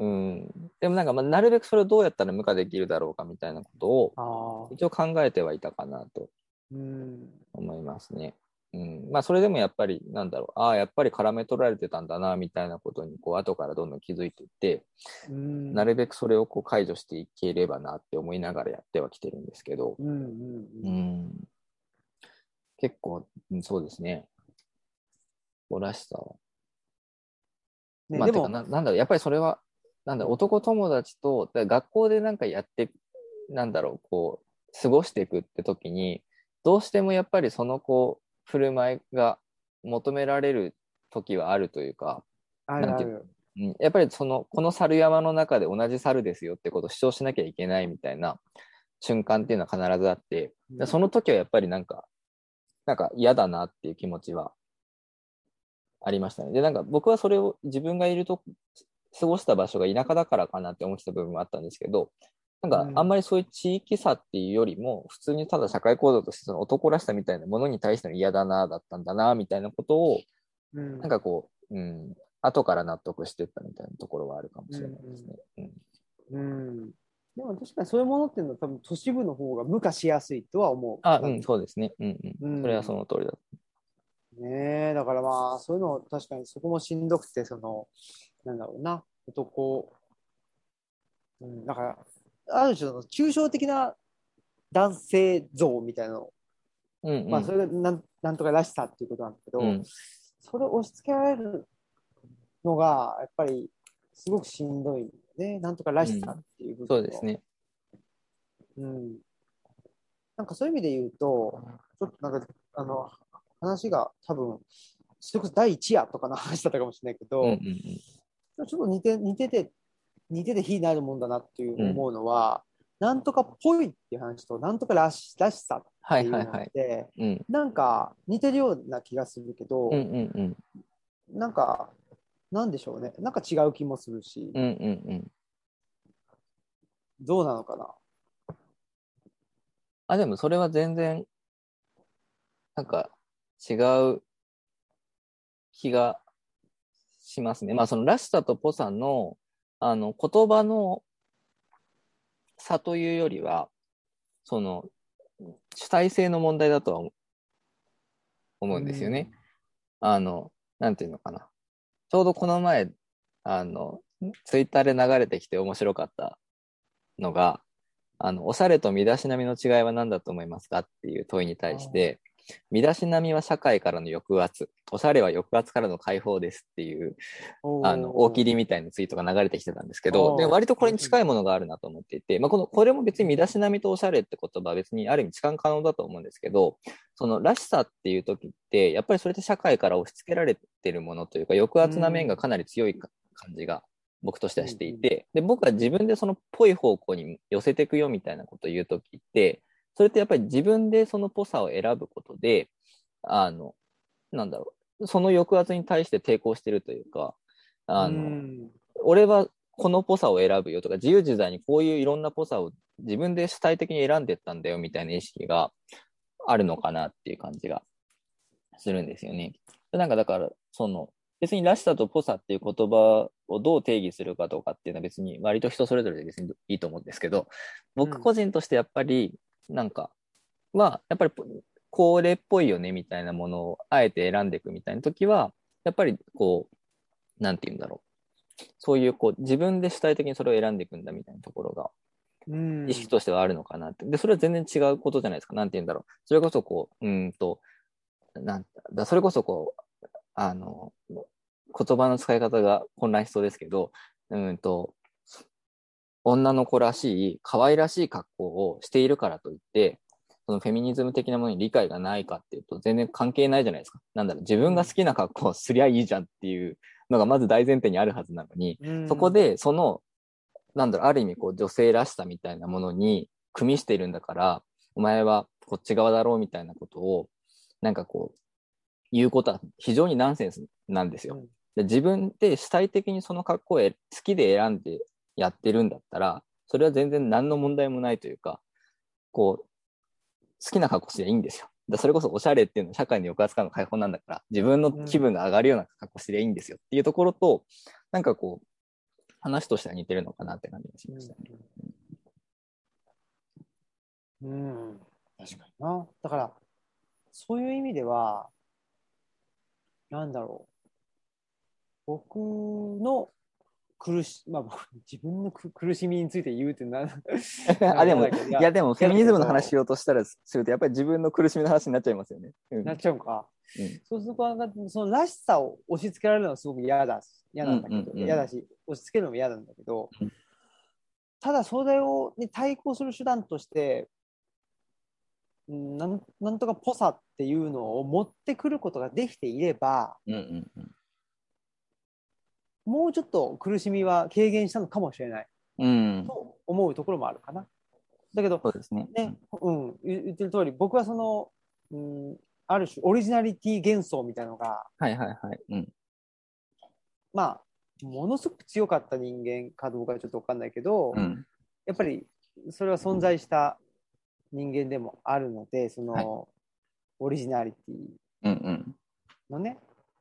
でもなんかまあなるべくそれをどうやったら無化できるだろうかみたいなことを一応考えてはいたかなと思いますね。うん、まあそれでもやっぱりなんだろう、ああやっぱり絡め取られてたんだなみたいなことにこう後からどんどん気づいていって、うん、なるべくそれをこう解除していければなって思いながらやってはきてるんですけど、うんうんうん、結構、うん、そうですね、子らしさは、ね、まあてかな、なんだろう、やっぱりそれはなんだろう、男友達と学校でなんかやってなんだろうこう過ごしていくって時にどうしてもやっぱりその子振る舞いが求められる時はあるというか、 あるある、 うん、やっぱりそのこの猿山の中で同じ猿ですよってことを主張しなきゃいけないみたいな瞬間っていうのは必ずあって、うん、その時はやっぱりなんかなんか嫌だなっていう気持ちはありましたね。でなんか僕はそれを自分がいると過ごした場所が田舎だからかなって思ってた部分もあったんですけど、なんかうんあんまりそういう地域差っていうよりも、普通にただ社会構造としてその男らしさみたいなものに対しての嫌だな、だったんだな、みたいなことを、 うんなんかこう、うん、後から納得してったみたいなところはあるかもしれないですね。うん。 うん。でも確かにそういうものっていうのは多分都市部の方が無化しやすいとは思あ、 う。 うん、そうですね。うんうん。それはその通りだ。 ねえ、だからまあ、そういうの、確かにそこもしんどくて、その、なんだろうな、男、うん、だから、ある種の抽象的な男性像みたいなの、まあ、 うんうん。 それがなんなんとからしさっていうことなんだけど、 うん。 それを押し付けられるのが、やっぱり、すごくしんどいんだよね。なんとからしさうん。 っていう部分の。 そうですね。 うん。なんかそういう意味で言うと、ちょっとなんか、あの、話が多分、それこそ第一夜とかの話だったかもしれないけうんうど、 んちょっと似て、似てて、似てて非なるもんだなっていううん。うん。 思うのは、なんとかっぽいっていう話と、なんとからしらしさっはていうのっいはいはい。 て、 うん。 なんか似てるような気がするけうんど、 うんうん。 なんか、なんでしょうね。なんか違う気もするし、 うんうんうん。 どうなのかな。 あ、でもそれは全然、なんか違う気がしますね。まあそのらしさとぽさの、あの言葉の差というよりは、その主体性の問題だとは思ううんですよね。 ん。 あの、なんていうのかな。ちょうどこの前、あの、ツイッターで流れてきて面白かったのが、あの、おしゃれと身だしなみの違いは何だと思いますかっていう問いに対して、身だしなみは社会からの抑圧、おしゃれは抑圧からの解放ですっていう、あの、大喜おー、 利みたいなツイートが流れてきてたんですけど、で、 おー、 割とこれに面白いね。 近いものがあるなと思っていて、まあ、この、これも別に身だしなみとおしゃれって言葉は別にある意味痴漢可能だと思うんですけど、そのらしさっていう時って、やっぱりそれって社会から押し付けられてるものというか、抑う圧な面がん。 かなり強い感じが僕としてはしうん。うん。 ていて、で、僕は自分でそのぽい方向に寄せていくよみたいなことを言うときって、それってやっぱり自分でそのぽさを選ぶことで、あの、なんだろう、その抑圧に対して抵抗してるというか、 うあの、 ん。 俺はこのぽさを選ぶよとか、自由自在にこういういろんなぽさを自分で主体的に選んでったんだよみたいな意識があるのかなっていう感じがするんですよね。なんかだから、その、別にらしさとぽさっていう言葉をどう定義するかとかっていうのは別に割と人それぞれで別にいいと思うんですけど、僕うん。 個人としてやっぱり、なんか、は、やっぱりこれっぽいよねみたいなものをあえて選んでいくみたいな時は、やっぱりこう、なんて言うんだろう。そういうこう、自分で主体的にそれを選んでいくんだみたいなところが、 う意識ん。 としてはあるのかなって。で、それは全然違うことじゃないですか。なんて言うんだろう。それこそこう、うーんと、なんだ、それこそこう、あの、言葉の使い方が混乱しそうですけど、うんと、女の子らしい、可愛らしい格好をしているからといって、そのフェミニズム的なものに理解がないかっていうと、全然関係ないじゃないですか。なんだろう、自分が好きな格好をすりゃいいじゃんっていうのがまず大前提にあるはずなのに、 うん。 そこで、その、なんだろう、ある意味こう女性らしさみたいなものに組みしているんだから、お前はこっち側だろうみたいなことを、なんかこう、言うことは非常にナンセンスなんですよ。 うん。 で自分で主体的にその格好を好きで選んでやってるんだったら、それは全然何の問題もないというか、こう、好きな格好していいんですよ。だそれこそおしゃれっていうのは社会の抑圧からの解放なんだから、自分のうん。 気分が上がるような格好してりゃいいんですよっていうところと、なんかこう、話としては似てるのかなって感じがしうん。 ましたね。 うん。確かにな。だから、そういう意味では、なんだろう。僕の苦し、まあ僕、自分のく苦しみについて言うってな、なんかあ、でも、い嫌だけど、いや、 や、でも、フェ嫌だミニズムの話しけど、 ようとしたら、すると、やっぱり自分の苦しみの話になっちゃいますよね。うん。 なっちゃうか。 うん。 そうすると、そのらしさを押し付けられるのはすごく嫌だし、嫌うんなんだけど、 うんうん。 嫌だし、押し付けるのも嫌なんだけど、 うんただそれを、ね、対抗する手段として、うんなんなんとかぽさっていうのを持ってくることができていれば、 うんうんうん。 もうちょっと苦しみは軽減したのかもしれないうん。 と思うところもあるかな。だけど、 そうですね。うね、 ん。 うん、言ってる通り、僕はその、うん、ある種オリジナリティ幻想みたいなのが、 はいはいはい。うん。 まあ、 ものすごく強かった人間かどうかはちょっと分かんないけど、 うん。 やっぱりそれは存在した人間でもあるので、そはい。 のオリジナリティうんうん。 のね。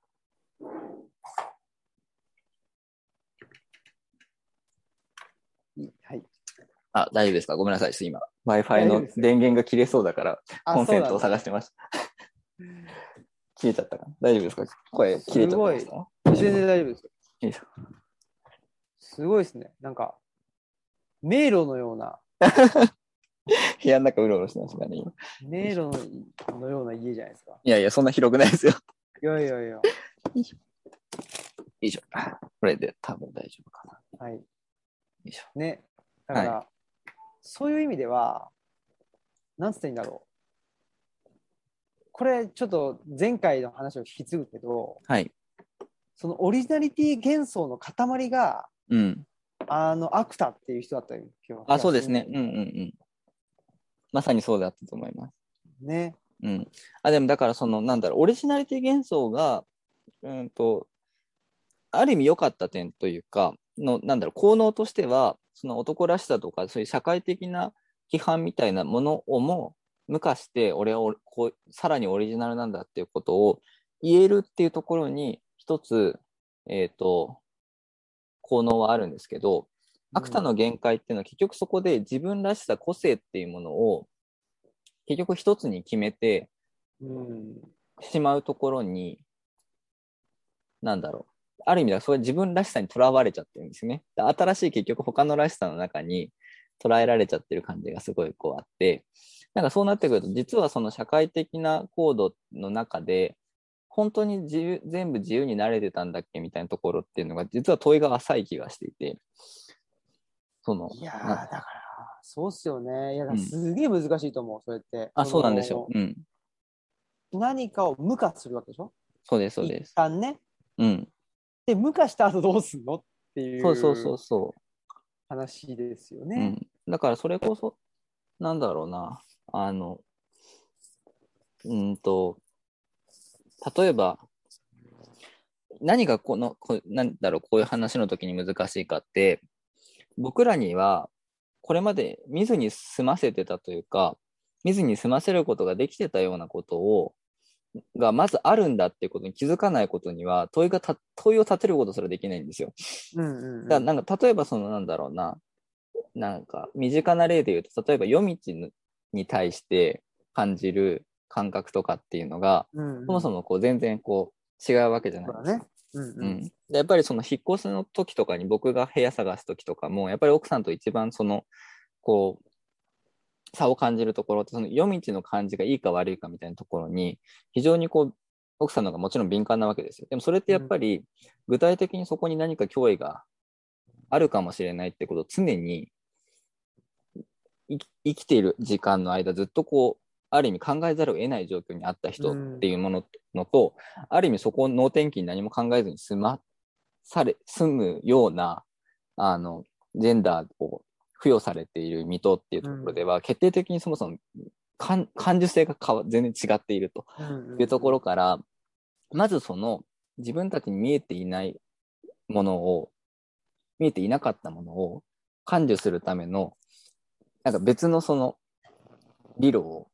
はい。 あ、大丈夫ですか？ごめんなさい。今、Wi-Fi の大丈夫ですよ。 電源が切れそうだから、 あ、 コンセントをそうなんだ。 探してました。切れちゃったかな？大丈夫ですか？声切れちゃってすごい。 ますか？ 全然大丈夫ですよ。 よいしょ。 すごいですね。なんか、迷路のような、 部屋の中うろうろしてますからね、今。 迷路のような家じゃないですか。 いやいや、そんな広くないですよ。 いやいやいや。 よいしょ。よいしょ。これで多分大丈夫かな。 はい。 よいしょ。 ね。だから、 はそういう意味では、なんつっていいんだろう。これ、ちょっと前回の話を引き継ぐけど、 はい。 そのオリジナリティ幻想の塊が、 うん。 あの、アクタっていう人だったよ気があ、そうですね。 するんだようんうんうん。まさにそうだったと思います。 ね。 うん。あ、でもだからその、なんだろう、オリジナリティ幻想が、うんと、ある意味良かった点というか、の、なんだろう、効能としては、その男らしさとか、そういう社会的な批判みたいなものをも、無化して、俺はこうさらにオリジナルなんだっていうことを言えるっていうところに、一つ、えっと、効能はあるんですけど、アクタの限界っていうのは結局そこで自分らしさ、個性っていうものを結局一つに決めてしまうところに、なんだろう。ある意味ではそれ自分らしさにとらわれちゃってるんですよね。新しい結局他のらしさの中に捉えられちゃってる感じがすごいこうあって、なんかそうなってくると実はその社会的なコードの中で本当に自由全部自由になれてたんだっけみたいなところっていうのが実は問いが浅い気がしていて、その、 いやー、 なだから、そうっすよね。いや、だからうん。 すげえ難しいと思う、それって。 あ、 そそうなんですよ。 の、 うん。 何かを無化するわけでしょ？ そうです、そう一です。 旦ね。 うん。 で、無化した後どうすんのってそうそういうそうそ話ですよう。うね。 ん。だからそれこそ、なんだろうな。あの、うんと、例えば、何がこの、こなんだろう、こういう話の時に難しいかって、僕らには、これまで見ずに済ませてたというか、見ずに済ませることができてたようなことを、がまずあるんだっていうことに気づかないことには、問いがた、問いを立てることすらできないんですよ。 うんうんうん。 だからなんか、例えばそのなんだろうな、なんか、身近な例で言うと、例えば夜道に対して感じる感覚とかっていうのが、 うんうん。 そもそもこう全然こう違うわけじゃないですか。 そうだね。うんうん。 うん。で、やっぱりその引っ越しの時とかに僕が部屋探す時とかも、やっぱり奥さんと一番その、こう、差を感じるところって、その夜道の感じがいいか悪いかみたいなところに、非常にこう、奥さんの方がもちろん敏感なわけですよ。でもそれってやっぱり、具体的にそこに何か脅威があるかもしれないってことを常に生き生きている時間の間、ずっとこう、ある意味考えざるを得ない状況にあった人っていうもののと、ある意味そこを能天気に何も考えずに済まされ、済むような、あの、ジェンダーを付与されている水戸っていうところでは、決定的にそもそも感感受性が変わ全然違っているというところから、まずその自分たちに見えていないものを、見えていなかったものを感受するための、なんか別のその理論を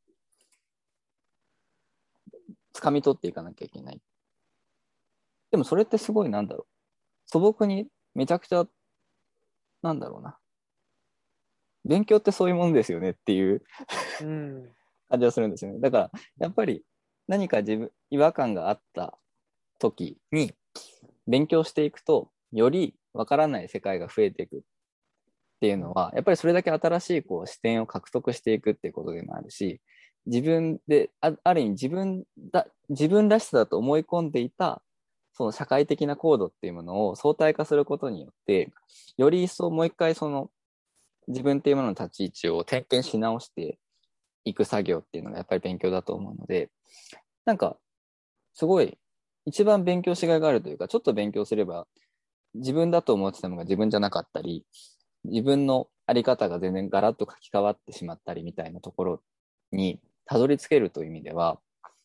掴み取っていかなきゃいけない。でもそれってすごいなんだろう。素朴にめちゃくちゃ、なんだろうな。勉強ってそういうもんですよねっていう感じがするんですよね。だから、やっぱり何か自分、違和感があった時に勉強していくと、よりわからない世界が増えていくっていうのは、やっぱりそれだけ新しいこう視点を獲得していくっていうことでもあるし、自分で、あある意味自分だ、自分らしさだと思い込んでいた、その社会的なコードっていうものを相対化することによって、より一層もう一回その自分っていうものの立ち位置を点検し直していく作業っていうのがやっぱり勉強だと思うので、なんか、すごい、一番勉強しがいがあるというか、ちょっと勉強すれば、自分だと思ってたのが自分じゃなかったり、自分のあり方が全然ガラッと書き換わってしまったりみたいなところにたどり着けるという意味では、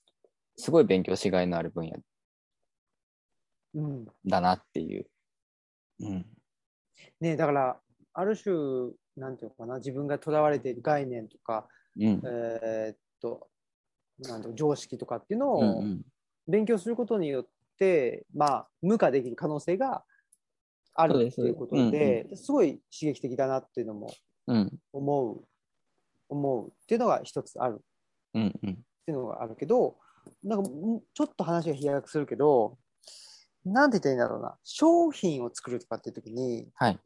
すごい勉強しがいのある分野だなっていううんね、だからある種なんていうのかな、自分がとらわれている概念とか、 うんえーっとなんだろう常識とかっていうのをうんうん勉強することによって、まあ、無化できる可能性があるそうです。 っていうこうんうんとで、すごい刺激的だなっていうのもうん思う、思うっていうのが一つあるっうんうんていうのがあるけど、なんかちょっと話が飛躍するけど、なんて言ったらいいんだろうな、商品を作るとかっていう時に、 はい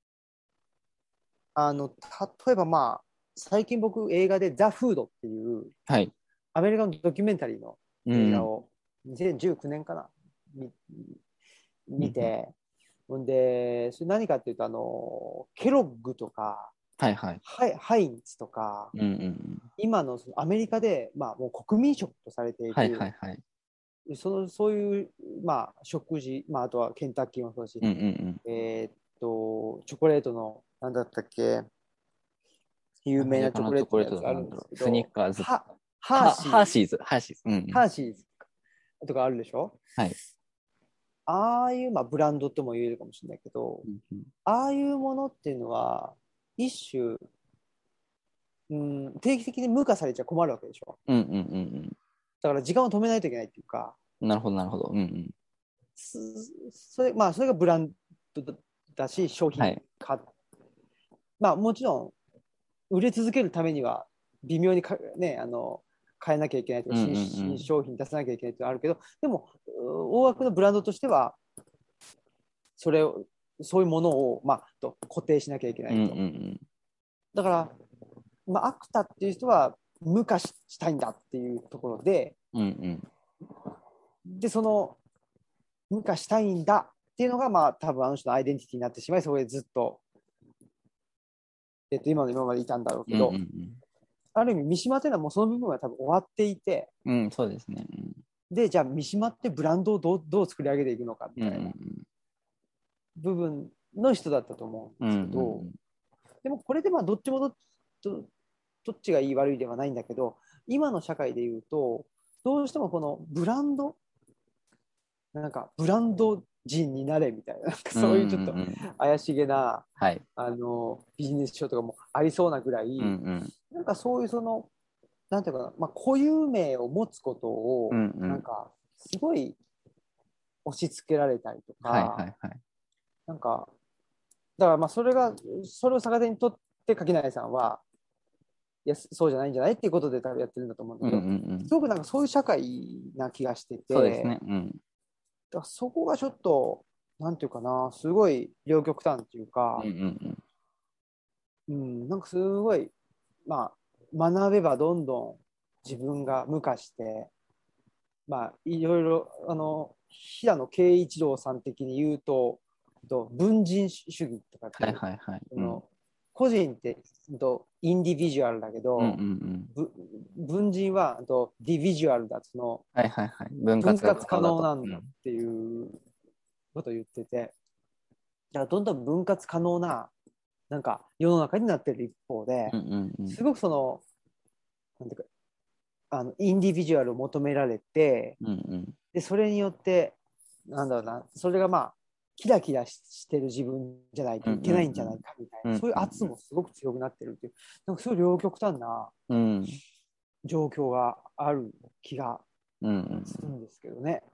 あの、例えばまあ、最近僕映画でザ・フードっていうはいアメリカのドキュメンタリーのうん映画をにせんじゅうきゅうねんかな、 うんうん見て、ほんで、それ何かっていうと、あの、ケロッグとか、 はいはいハイハインツとか、 うんうんうん今のそのアメリカで、まあ、もう国民食とされていはいはる、 いはいそのそういう、まあ、食事、まあ、あとはケンタッキーもそうだし、 うんうんうんえーっと、チョコレートの、なんだったっけ、有アメ名なチョコレーリカのチョコレートトのやつあるだとなんだろう。 んですけど、 スニッカーズ。 はハーは、 シー、 ハーシーズ。ハーシーズ。うんうん。 ハーシーズとかあるでしょ。 はい。 ああいう、まあ、ブランドとも言えるかもしれないけど、 うんうんああいうものっていうのは、一種、うん、定期的に無化されちゃ困るわけでしょ。 うんうんうんだから時間を止めないといけないっていうか、 うん。なるほどなるほど。うんうん。 それ、まあ、それがブランドだし、商品はい。 か、まあ、もちろん、売れ続けるためには、微妙にか、ね、あの、変えなきゃいけないとか、 うんうんう新新ん。 商品出さなきゃいけないってのあるけど、でも、大枠のブランドとしては、それを、そういうものを、まあ、と固定しなきゃいけなうんうんういと。 ん。 だから、まあ、アクタっていう人は、無化したいんだっていうところで、 うんうん。 で、その、無化したいんだっていうのが、まあ、多分あの人のアイデンティティになってしまい、そこでずっと、えっと、今の今までいたんだろううんうんけど、ある意味、三島っていうのはもうその部分は多分終わっていて、 うん。うん、そうですね。 で、じゃあ三島ってブランドをどうどう作り上げていくのかみうんうたいなん部分の人だったと思うんうん。 ですけど、でもこれでまあどっちもどっどどっちがいい悪いではないんだけど、今の社会でいうと、どうしてもこのブランド、なんかブランド人になれみたいな、なんかうんうんそういうちょっとうんうん。 怪しげなはい。 あのビジネス書とかもありそうなぐらい、 うんうんなんかそういうその、なんていうかな、まあ、固有名を持つことを、 うんうん。 なんかすごい押し付けられたりとはいはか、 いはい。 なんか、だからまあそれが、それを逆手にとって垣内さんは、いや、そうじゃないんじゃないっていうことで多分やってるんだと思うんだうんうんけど、 うん。 すごくなんかそういう社会な気がしてて、 そうですね。うん。 だからそこがちょっと、なんていうかな、すごい両極端っていううんうか、 んうん、なんかすごい、まあ、学べばどんどん自分が無化して、まあ、いろいろ、あの、平野啓一郎さん的に言うと、と文人主義とかってはいいう、 はいはい。うん。 その個人ってとインディビジュアルだけうんうんうど、 ん。 ぶ文人はとディビジュアルだ、そのはいはいはい。分割が分割可可能だと。 能なんだっうん。 ていうことを言ってて、だからどんどん分割可能な、なんか世の中になってる一方で、 うんうんうん。 すごくその、なんていうか、あのインディビジュアルを求められて、 うんうん。 で、それによって、なんだろうな、それがまあ、キラキラしてる自分じゃないといけないんじゃないかみたいな、 うんそういう圧もすごく強くなってるっていう、なんかすごい両極端なうんうん。 状況がある気がうんうん。 するんですけどね。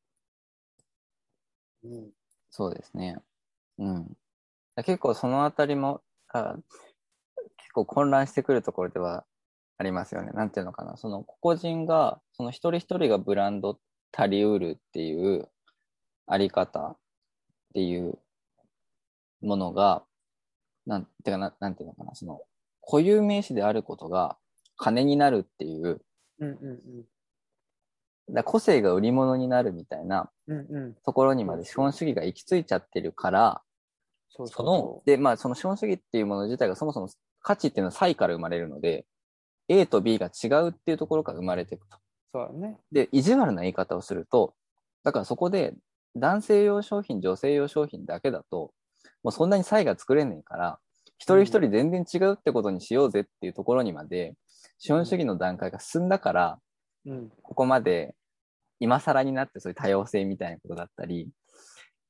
うん。 そうですね。うん。結構そのあたりも、あ、結構混乱してくるところではありますよね。なんていうのかな。その個々人が、その一人一人がブランド足りうるっていうあり方っていうものが、なんてかな、なんていうのかな。その固有名詞であることが金になるっていう、 うんうんだ個性が売り物になるみたいなうん。うんうん。 ところにまで資本そうそう。 主義が行き着いちゃってるから、 そうその、 そうそで、まあその資本主義っていうもの自体がそもそも価値っていうのは差異から生まれるので、A と B が違うっていうところから生まれていくと。 う。そうだね。 で、意地悪な言い方をすると、だからそこで男性用商品、女性用商品だけだと、もうそんなに差異が作れないから、一人一人全然違うってことにしようぜっていうところにまで、資本主義の段階が進んだから、 うん。 ここまで今更になってそういう多様性みたいなことだったり、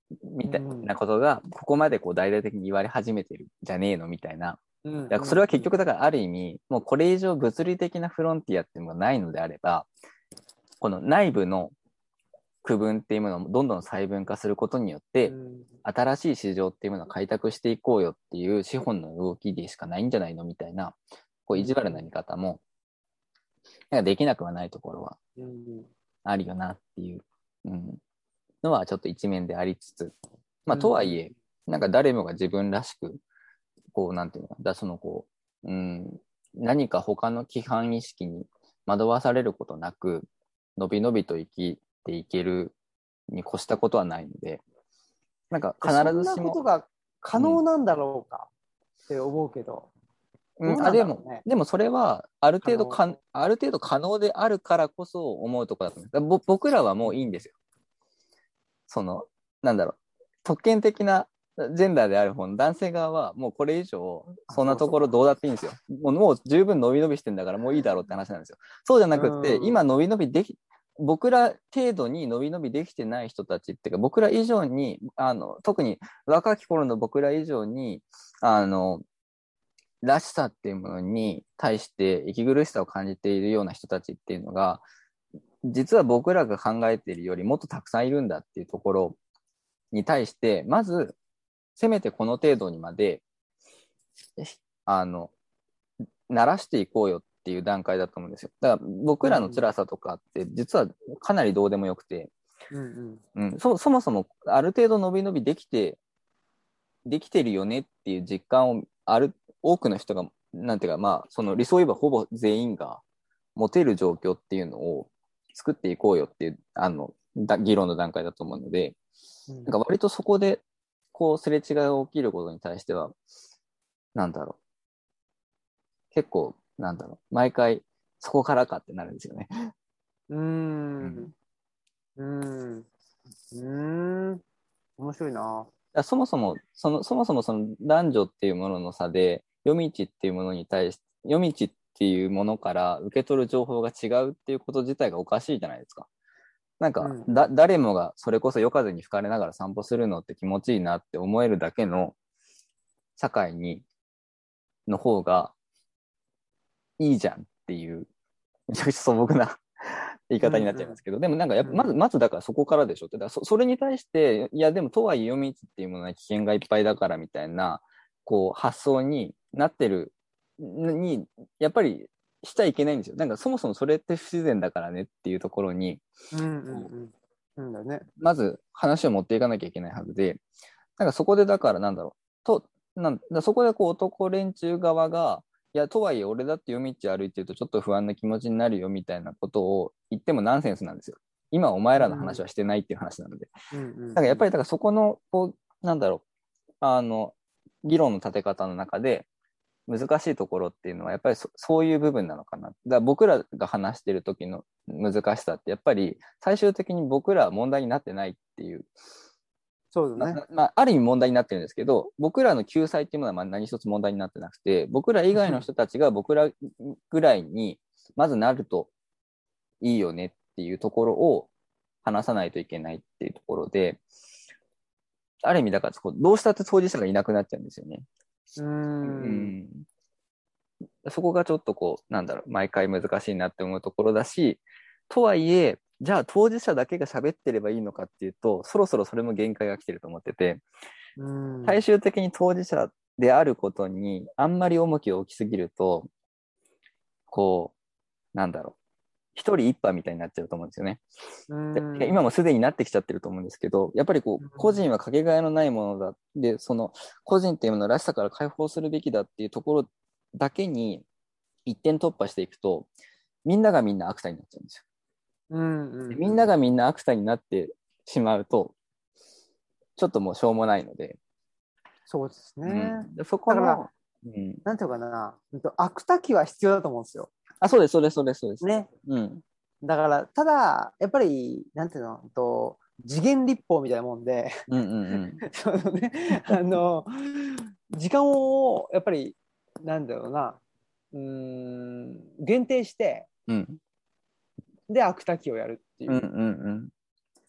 みたいなことがここまでこう大々的に言われ始めてるじゃねえのみたいな。だからそれは結局だからある意味もうこれ以上物理的なフロンティアっていうのがないのであれば、この内部の区分っていうものをどんどん細分化することによって、新しい市場っていうものを開拓していこうよっていう資本の動きでしかないんじゃないのみたいな、こう意地悪な見方もなんかできなくはないところはあるよなっていう、うん、のはちょっと一面でありつつ、まあとはいえ、なんか誰もが自分らしくこうなんていうのかだそのこう、うん、何か他の規範意識に惑わされることなくのびのびと生きていけるに越したことはないので、なんか必ずしもそんなことが可能なんだろうかって思うけど、 うん、どうなんだろうね。あでもでもそれはある程度かある程度可能であるからこそ思うところだと思う。だぼ僕らはもういいんですよ。そのなんだろう特権的なジェンダーである方の男性側はもうこれ以上そんなところどうだっていいんですよ。もう、もう十分伸び伸びしてんだからもういいだろうって話なんですよ。そうじゃなくて今伸び伸びでき僕ら程度に伸び伸びできてない人たちっていうか僕ら以上にあの特に若き頃の僕ら以上にあのらしさっていうものに対して息苦しさを感じているような人たちっていうのが実は僕らが考えているよりもっとたくさんいるんだっていうところに対してまずせめてこの程度にまであの慣らしていこうよっていう段階だと思うんですよ。だから僕らの辛さとかって実はかなりどうでもよくて、うんうんうん、そ, そもそもある程度伸び伸びできてできてるよねっていう実感をある多くの人がなんていうかまあその理想を言えばほぼ全員が持てる状況っていうのを作っていこうよっていうあのだ議論の段階だと思うので、うん、なんか割とそこでこうすれ違いが起きることに対してはなんだろう結構なんだろう毎回そこからかってなるんですよね。 うーんうーんうーん面白いな。 そもそもそのそもそもその男女っていうものの差で夜道っていうものに対して夜道っていうものから受け取る情報が違うっていうこと自体がおかしいじゃないですか。なんか、うん、だ誰もがそれこそ夜風に吹かれながら散歩するのって気持ちいいなって思えるだけの社会にの方がいいじゃんっていうめちゃくちゃ素朴な言い方になっちゃいますけど、うんうん、でもなんかやっぱまず、まずだからそこからでしょって。だから そ, それに対して、いやでもとはいえ夜道っていうものは危険がいっぱいだからみたいな、こう発想になってるに、やっぱりしちゃいけないんですよ。なんかそもそもそれって不自然だからねっていうところに、 うんうんうんだね、 まず話を持っていかなきゃいけないはずで、なんかそこでだからなんだろう、となんだそこでこう男連中側が、いや、とはいえ俺だって夜道歩いてるとちょっと不安な気持ちになるよみたいなことを言ってもナンセンスなんですよ。今お前らの話はしてないっていう話なので。うんうんうん、だからやっぱりだからそこの、こう、なんだろう、あの、議論の立て方の中で難しいところっていうのはやっぱり そ, そういう部分なのかな。だから僕らが話してる時の難しさってやっぱり最終的に僕らは問題になってないっていう。 そうだね。 ままあ、ある意味問題になってるんですけど、僕らの救済っていうものはまあ何一つ問題になってなくて、僕ら以外の人たちが僕らぐらいにまずなるといいよねっていうところを話さないといけないっていうところで、ある意味だからどうしたって当事者がいなくなっちゃうんですよね。 うーんうんそこがちょっとこう、なんだろう、毎回難しいなって思うところだし、とはいえ、じゃあ当事者だけが喋ってればいいのかっていうと、そろそろそれも限界が来てると思ってて、うん最終的に当事者であることにあんまり重きを置きすぎると、こう、なんだろう、一人一派みたいになっちゃうと思うんですよね。うん今もすでになってきちゃってると思うんですけど、やっぱりこう、個人はかけがえのないものだ。で、その、個人っていうものらしさから解放するべきだっていうところだけに一点突破していくと、みんながみんなアクターになっちゃうんですよ。うんうんうん、みんながみんなアクターになってしまうと、ちょっともうしょうもないので。 そうですね。 うん、そこのだから、うん、なんていうかな、アクター期は必要だと思うんですよ。 あ、そうです、そうです、そうです、そうです。 ね。 うん。 だから、ただ、やっぱり、なんていうの、と時限立法みたいなもんで、うんうんうん、そのね、あの、時間を、やっぱり、なんだろうな、うん、限定して、うん、で、アクタ期をやるっていう。うんうんうん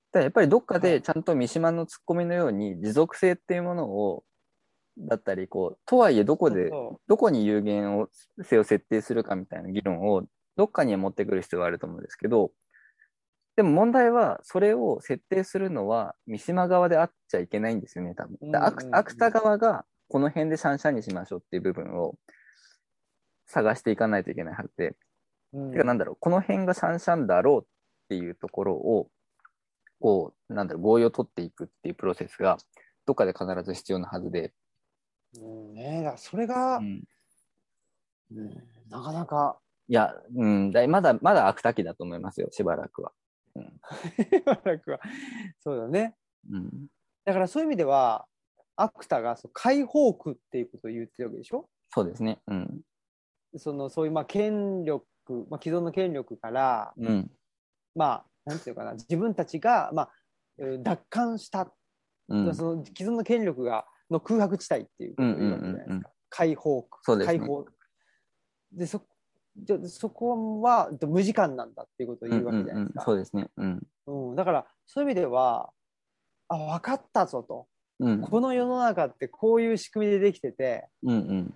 ただやっぱりどっかはいでちゃんと三島のツッコミのように持続性っていうものをだったりこうとはいえどこでそうそどこに有限を性を設定するかみたいな議論をどっかには持ってくる必要があると思うんですけど、でも問題はそれを設定するのは三島側であっちゃいけないんですよね、多分。 う。うんだアクアクタうん側がこの辺でシャンシャンにしましょうっていう部分を探していかないといけないはずで、 うん。 てかなんだろう、この辺がシャンシャンだろうっていうところをこう、なんだろう、合意を取っていくっていうプロセスが、どっかで必ず必要なはずで。 うんね、だからそれが、 うん、 うん、なかなかいや、うん、だまだ、まだ悪takiだと思いますよ、しばらくは。うん。 しばらくはそうだね。 うん、 だからそういう意味では、アクタがそう解放区っていうことを言ってるわけでしょ。 そうですね。うん。 そのそういうまあ権力、まあ、既存の権力から、 うん。 まあ、なんていうかな、自分たちが、まあ、奪還した、 うん。 その既存の権力がの空白地帯っていうことを言うわけじゃないですか。解放区、 そうですね。 解放。で、そでそこは無時間なんだっていうことを言うわけじゃないですか。 そうですね。うん。 うん、だからそういう意味では、あ、分かったぞと。 うん。 この世の中ってこういう仕組みでできてて、 うん。うん。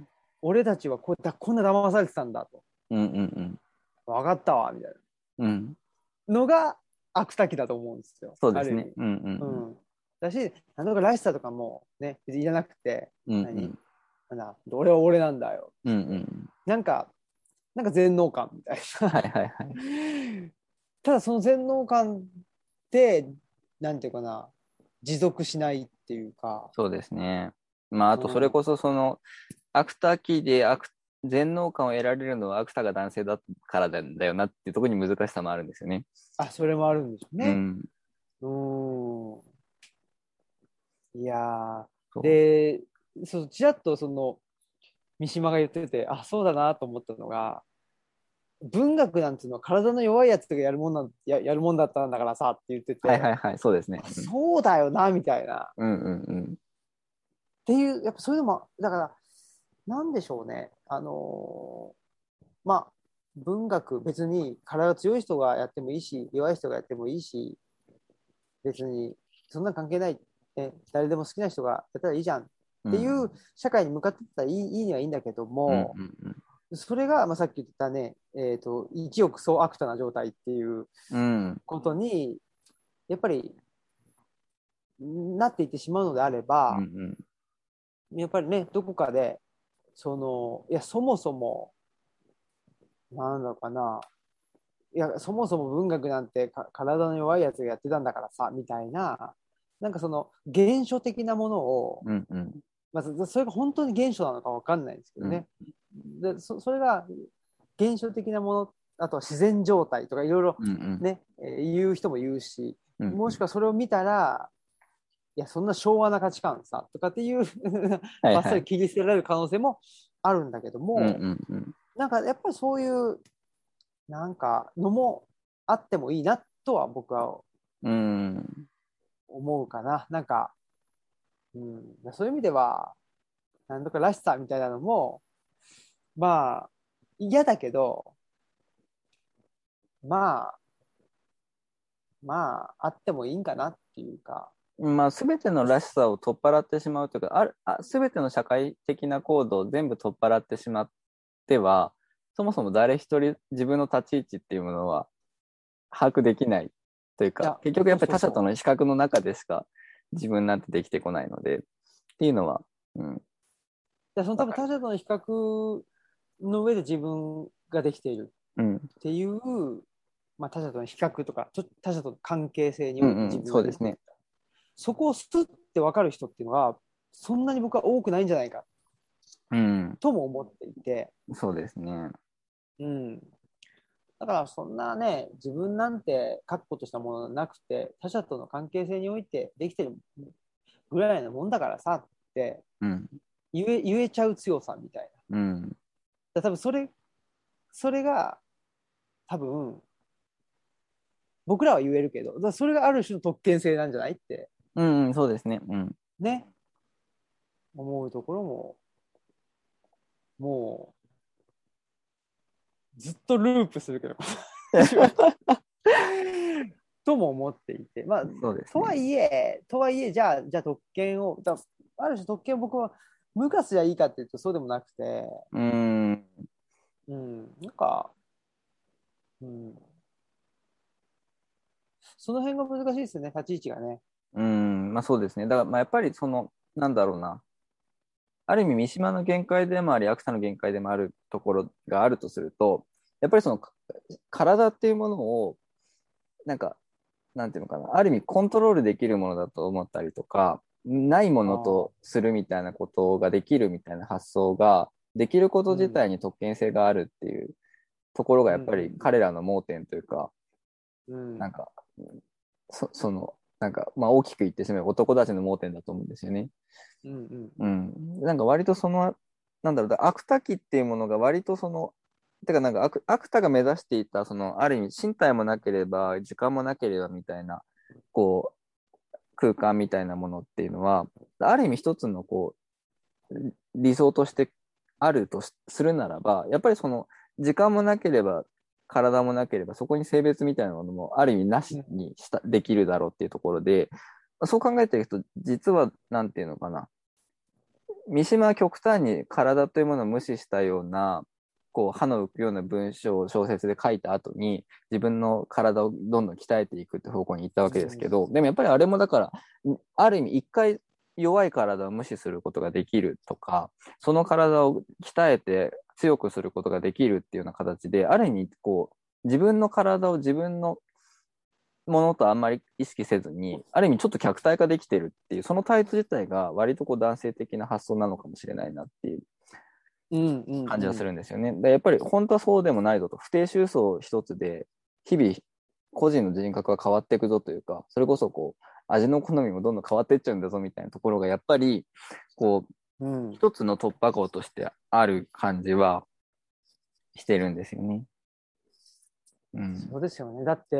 俺たちはこうだこんな騙されてたんだと。 うん。うん。 分かったわみたいうん。 なのが悪takiだと思うんですよ。 そうですね。 ある意味。 うん。うん。 うん。だし、なんとからしさとかもね、別にいらなくて、 うん。う何ん。 なんだ俺は俺なんだよ。 うん。うん。 なんか、なんか全能感みたいな。 はいはいはい。 ただその全能感ってなんていうかな、持続しないっていうか、 そうですね。まあ、あと、それうん、 こそ、その、アクターキーでアク全能感を得られるのはアクターが男性だからだよなっていうところに難しさもあるんですよね。 あ、それもあるんでしょうね。 うん。 うん。いやーそう。 で、そうちらっとその三島が言ってて、あ、そうだなと思ったのが、文学なんていうのは体の弱いやつがやるもんなんや、やるもんだったんだからさって言ってて、 はいはいはい、そうですね。 あ、そうだよなみたいな。っうんうんうんていう、やっぱそういうのも、だから、なんでしょうね。あのーまあ、文学、別に体が強い人がやってもいいし、弱い人がやってもいいし、別にそんな関係ない、ね、誰でも好きな人がやったらいいじゃんっうん。 ていう社会に向かってったらいい、いいにはいいんだけどうんも、 うんそれが、まあ、さっき言ったね、えーと、一億総アクタな状態っていううん。うん。 ことに、やっぱりなっていってしまうのであれうんうば、 ん。 やっぱりね、どこかで、その、いや、そもそも、なんだろうかな、いや、そもそも文学なんてか体の弱いやつがやってたんだからさ、みたいな、なんかその原初的なものを、 うんうん。 まあ、それが本当に原初なのか分かんないんですけどね。でそそれが原初的なもの、あとは自然状態とかいろいろうんうんね、えー言う人も言うし、 うん。 もしくはそれを見たら、いや、そんな昭和な価値観さ、とかっていうはいはい。 バッサリ切り捨てられる可能性もあるんだけどうんも、 うんうん。 なんかやっぱりそういうなんかのもあってもいいなとは僕はうん。 思うかな。なんか、うん、そういう意味では、なんとからしさみたいなのも、まあ、嫌だけど、まあ、まあ、あってもいいんかなっていうか、 まあ、すべてのらしさを取っ払ってしまうというか、ある、あ、すべての社会的な行動を全部取っ払ってしまっては、そもそも誰一人自分の立ち位置っていうものは把握できないというか、 いや、 結局やっぱり他者とそうそうその比較の中でしか自分なんてできてこないので、っていうのは、うん、 う。その多分わかる。 他者との比較の上で自分ができているうん、 っていう、まあ、他者との比較とか、ちょ他者との関係性において自うんうん、 分ができている。 そうですね。 そこをスッって分かる人っていうのは、そんなに僕は多くないんじゃないかうん、 とも思っていて、 そうですね。 うん。だからそんなね、自分なんて確固としたものなくて、他者との関係性においてできてるぐらいのもんだからさってうん、 言え言えちゃう強さみたいうん、 な。だ多分それ、それが多分僕らは言えるけど、だそれがある種の特権性なんじゃないってうん、そうですね。うん。 ね、思うところも、もうずっとループするけどとも思っていて、まあ、 そうですね。 とはいえ、とはいえ、じゃあ、じゃあ特権を、だある種特権を僕は無価すりゃいいかっていうとそうでもなくて、 うーん。 うん、なんか、うん、その辺が難しいですよね、立ち位置がね。 うーん。まあそうですね。だからまあやっぱりその、なんだろうな。ある意味三島の限界でもあり、アクタの限界でもあるところがあるとすると、やっぱりそのか体っていうものを、なんか、なんていうのかな、ある意味コントロールできるものだと思ったりとか、ないものああ、 とするみたいなことができるみたいな発想が、できることうん、 自体に特権性があるっていうところがうん、 やっぱり彼らの盲点というか、 うん、うん、 なんか、そ、その、なんか、まあ大きく言ってしまえば男たちの盲点だと思うんですよね。 うん、うん、うん、 うん。なんか割とその、なんだろう、アクタ期っていうものが割とその、てかなんかアク、アクタが目指していた、その、ある意味身体もなければ、時間もなければみたいな、こう、空間みたいなものっていうのは、ある意味一つのこう、理想としてあるとしするならば、やっぱりその、時間もなければ、体もなければ、そこに性別みたいなものもある意味なしにした、できるだろうっていうところで、そう考えていくと、実は、なんていうのかな、三島は極端に体というものを無視したような、こう、歯の浮くような文章を小説で書いた後に、自分の体をどんどん鍛えていくって方向に行ったわけですけど、でもやっぱりあれもだから、ある意味一回弱い体を無視することができるとか、その体を鍛えて強くすることができるっていうような形で、ある意味こう、自分の体を自分のものとあんまり意識せずに、ある意味ちょっと客体化できてるっていう、そのタイプ自体が割とこう男性的な発想なのかもしれないなっていううん、うん、 感じはすうん、 るんですよね。でやっぱり本当はそうでもないぞと、不定収層一つで、日々個人の人格が変わっていくぞというか、それこそこう、味の好みもどんどん変わっていっちゃうんだぞみたいなところが、やっぱり、こう、 うん。 一つの突破口としてある感じはしてるんですよね。うん。 そうですよね。だって、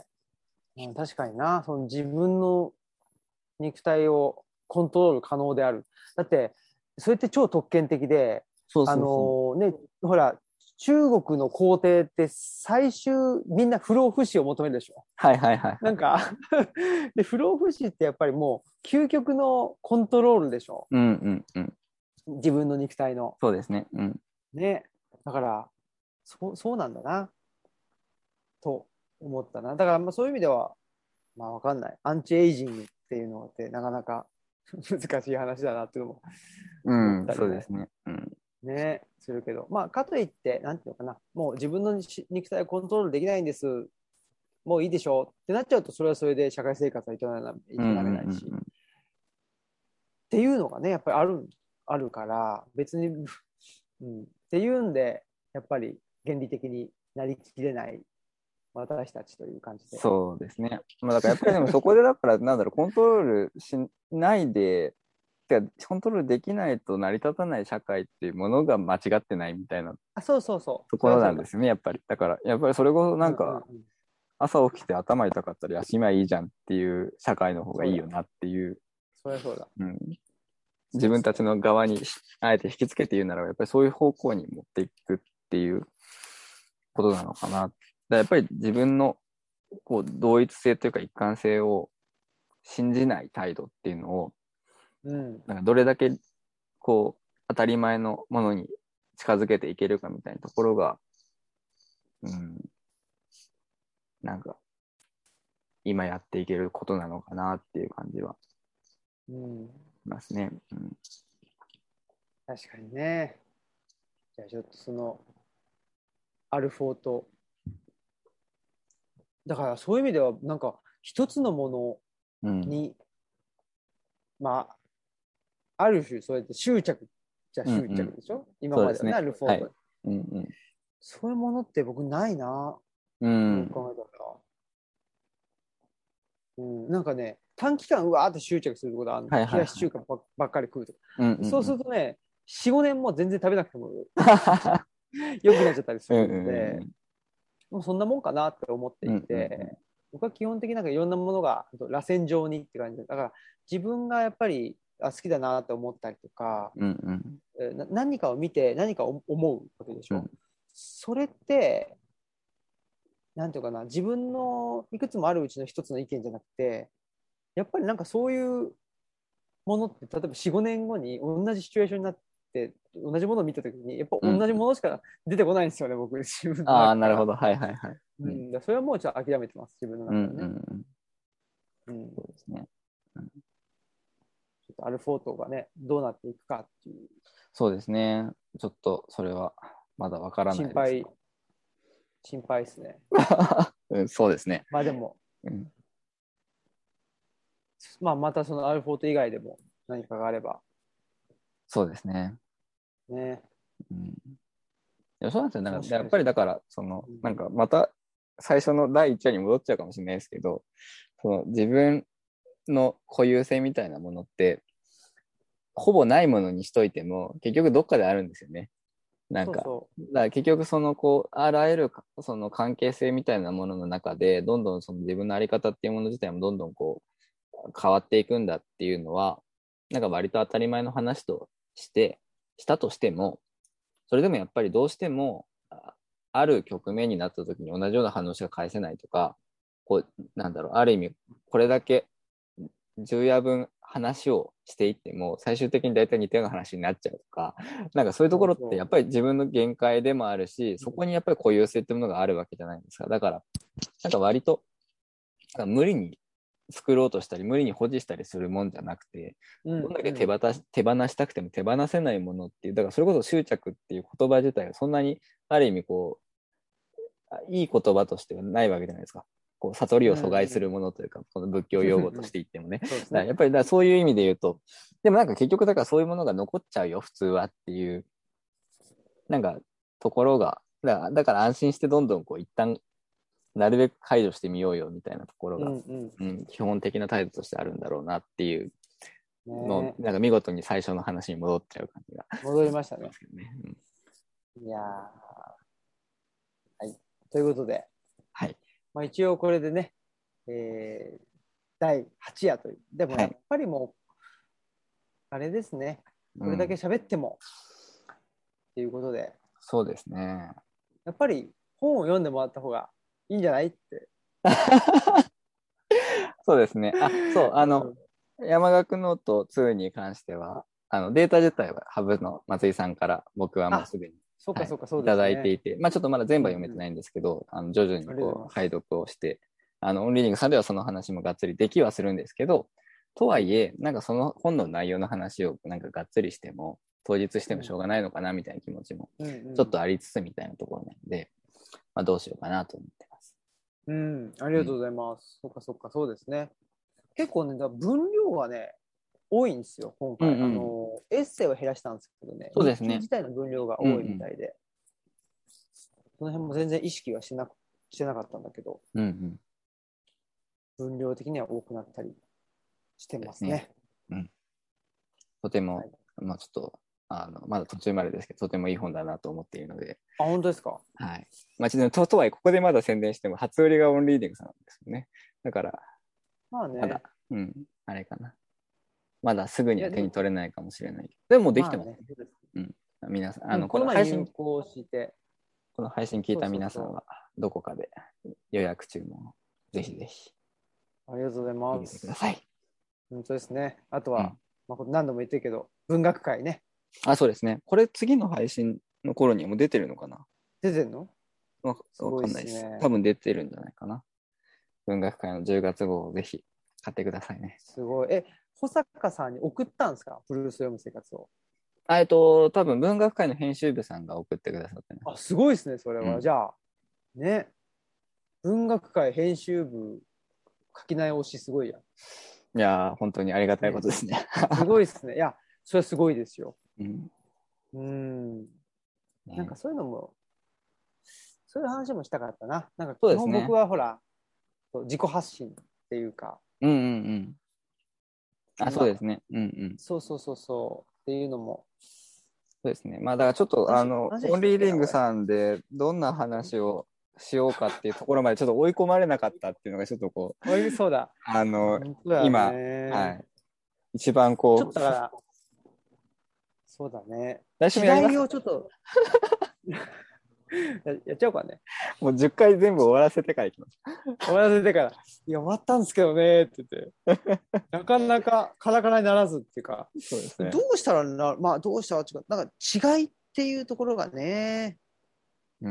うん、確かにな、その自分の肉体をコントロール可能である。だって、それって超特権的で、あそうそうそう。 のね、ほら、中国の皇帝って最終みんな不老不死を求めるでしょ。 はいはいはいはい。 なんかで、不老不死ってやっぱりもう究極のコントロールでしょ。 うんうんうん。 自分の肉体の。 そうですね。うん。 ね。だから、そう、そうなんだな、と思ったな。だから、まあそういう意味では、まあわかんない。アンチエイジングっていうのってなかなか難しい話だなっていうのも思っうん、 たりもそうですね。うん。 ね、するけど、まあ、かといって、なんていうのかな、もう自分の肉体をコントロールできないんです、もういいでしょうってなっちゃうと、それはそれで社会生活は営うんうんめないし、っうんていうのがね、やっぱりある、あるから、別に、うん、っていうんで、やっぱり原理的になりきれない私たちという感じで。 そうですね。まあだからやっぱりでもそこでだからなんだろう、コントロールしないで、てかコントロールできないと成り立たない社会っていうものが間違ってないみたいなあ、そうそうそう、 とこそれはそうだ。 ろなんですね、やっぱり。だからやっぱりそれこそうんうんなんかうん。 朝起きて頭痛かったら休みはいいじゃんっていう社会の方がそうだ。 いいよなっていう、 それはそうだ。 うん、自そうそ分たちの側にあえて引きつけて言うならばやっぱりそういう方向に持っていくっていうことなのかな。だからやっぱり自分のこう同一性というか一貫性を信じない態度っていうのを、 う。うん。 なんかどれだけこう当たり前のものに近づけていけるかみたいなところが、うん、なんか今やっていけることなのかなっていう感じはうん。 しますね。うん、 確かにね。じゃあちょっとその、アルフォート、だからそういう意味では、なんか一つのもうん、 のに、まあ、ある種そうやって執着じゃうん、 執うん。 着でしょ、今まではね、 そうですね。 アルフォはい。 ート。 うん、うん。 そういうものって僕ないな、 うん。 よく考えたら。うん、なんかね、短期間うわーって執着することあるの。 はいはいはい。 冷やし中華ばばっかり食うとか。 うん、うん、 そうすうん。 るとね、よん、ごねんも全然食べなくても良くなっちゃったりすうん、 るうん、うんで、 ん。 もうそんなもんかなって思っていうん、うん、 て、僕は基本的になんかいろんなものが螺旋状にって感じで、だから自分がやっぱりあ好きだなって思ったりとか、 うん、うん。 な何かを見て何かを思うわけでしょ。 うん、 それってなんていうかな、自分のいくつもあるうちの一つの意見じゃなくて、やっぱりなんかそういうものって、例えばよん、ごねんごに同じシチュエーションになって、同じものを見たときに、やっぱうん。 同じものしか出てこないんですよね、僕、自分のああ、 中から。 なるほど。はいはいはい。うん。 うん、だからそれはもうちょっと諦めてます、自分のうん中でね。 うんうん。 うん、ちそうですね。うん、 ょっとアルフォートがね、どうなっていくかっていうそうですね。ちょっとそれはまだわからないですが。 心配、心配ですね。 うん、そうですね。 まあでも、 うん、 まあまたそのアルフォート以外でも何かがあれば、 そうですね。 ね、 うん、いや、そうなんですよ。なんかやっもしかしたら、 ぱりだから、その、 うんなんかまた最初のだいいちわに戻っちゃうかもしれないですけど、その自分の固有性みたいなものって、ほぼないものにしといても、結局どっかであるんですよね。なんか、 そうそだから結局そのこう、あらゆるかその関係性みたいなものの中で、どんどんその自分のあり方っていうもの自体もどんどんこう、変わっていくんだっていうのは、なんか割と当たり前の話として、したとしても、それでもやっぱりどうしても、あある局面になった時に同じような反応しか返せないとか、こう、なんだろう、ある意味、これだけじゅう夜分話をしていっても、最終的に大体似たような話になっちゃうとか、なんかそういうう、 ところってそうそやっぱり自分の限界でもあるし、そこにやっぱり固有性っていうものがあるわけじゃないですか。だから、なんか割と、なんか無理に作ろうとしたり、無理に保持したりするもんじゃなくて、 う。うんどんだけ手うん。 放し手放したくても手放せないものっていう、だからそれこそ執着っていう言葉自体がそんなにある意味こう、いい言葉としてはないわけじゃないですか。こう悟りを阻害するものというか、この仏教用語として言ってもね。 そうですね。 だからやっぱりだからそういう意味で言うと、でもなんか結局だからそういうものが残っちゃうよ、普通はっていう、なんかところが、だからだから安心してどんどんこう一旦なるべく解除してみようよみたいなところが、 うんうん。 うん、基本的な態度としてあるんだろうなっていうのを、 ね、 なんか見事に最初の話に戻っちゃう感じが戻りましたね。 しますけどね。うん、 いやー、はい。ということで、 はい。 まあ、一応これでね、えー、だいはち夜という。でもやっはい。 ぱりもう、あれですね。これだけうん。 喋ってもっていうことで、 そうですね。 やっぱり本を読んでもらった方がいいんじゃないって。 そうですね。あ、そう、あの、 うん、 山岳ノートツーに関しては、あのデータ自体はハブの松井さんから僕はもうあ、 すでに、はい、 そうかそうか、そういただいてですね。 いて、まあちょっとまだ全部うんうん。 は読めてないんですけど、あの徐々にありがとうごこう、 ざいます。 解読をして、あの、オンリーディングさんではその話もがっつりできはするんですけど、とはいえ、なんかその本の内容の話をなんかがっつりしても、当日してもしょうがないのかなみたいな気持ちもうんうん。 ちょっとありつつみたいなところなので、まあどうしようかなと思ってます。 うん、ありうん。 がとうございます。そうかそうか、そうですね。結構ね、だ分量がね、多いんですよ、今回。あうんうん。 の、エッセイは減らしたんですけどね、日そうですね。 記自体の分量が多いみうんうん。 たいで、その辺も全然意識はしてなしてなかったんだけど、 うんうん。 分量的には多くなったりしてですね。 ますね。 うん。とても、 はい、 まあちょっと、あの、まだ途中までですけど、とてもいい本だなと思っているので、 あ、本当ですか？ はい。まあちょっと、ととはいえ、ここでまだ宣伝しても、初売りがオンリーディングさんなんですよね。だから、まだ、 まあね。 うん、あれかな。まだすぐいや、 には手にでも、 取れないかもしれないけど、でももうできまあね。 てますね。うん。皆さん、あうん、 の、ここの前の配信、 入稿して、 この配信聞いそうたそうそ皆さんは、どこかで予約注文をぜひぜひう。ありがとうござい入れてくだます。 さい。 本当ですね。あとは、 うん。 まあ、何度も言ってるけど、文学界ね。 あ、そうですね。これ次の配信の頃にはもう出てるのかな？ 出てんの？ わ、わすごいっかんないです。 すね。 多分出てるんじゃないかな。文学界のじゅうがつ号をぜひ買ってくださいね。 すごい。え、保坂さんに送ったんですか？ブルース読む生活を。 あえっと、多分文学界の編集部さんが送ってくださってます。 あ、すごいですね、それは。 うん。 じゃあ、ね。文学界編集部書き直しすごいや。 いやー、本当にありがたいこね。 とですね。 すごいですね。いや、それはすごいですよ。 うん。 うん。なんね、 かそういうのも、そういう話もしたかったな。なんか基本僕そうですね。 はほら、自己発信っていうか、 うんうんうん。あ、そうまあ、 ですね。うんうん。 そうそうそうそうっていうのも、 そうですね。まあ、だからちょっと、あ話、 の、 話オンリーリンしたっけな、俺。 グさんでどんな話をしようかっていうところまでちょっと追い込まれなかったっていうのがちょっとこう、 おい、そうだ。 あの、 本当だ今、はね。 い。一番ちょこう、 っとだから、そうだね。 来週も時代やりますか？ をちょっと、 ややっちゃおうかね。 もうじゅっかい全部終わらせてからいきます。 終わらせてから、いや、終わったんですけどねって言って、なかなかカラカラにならずっていうか、 そうですね。 どうしたらな、まあ、どうしたら違う、なんか違いっていうところがね、 うん。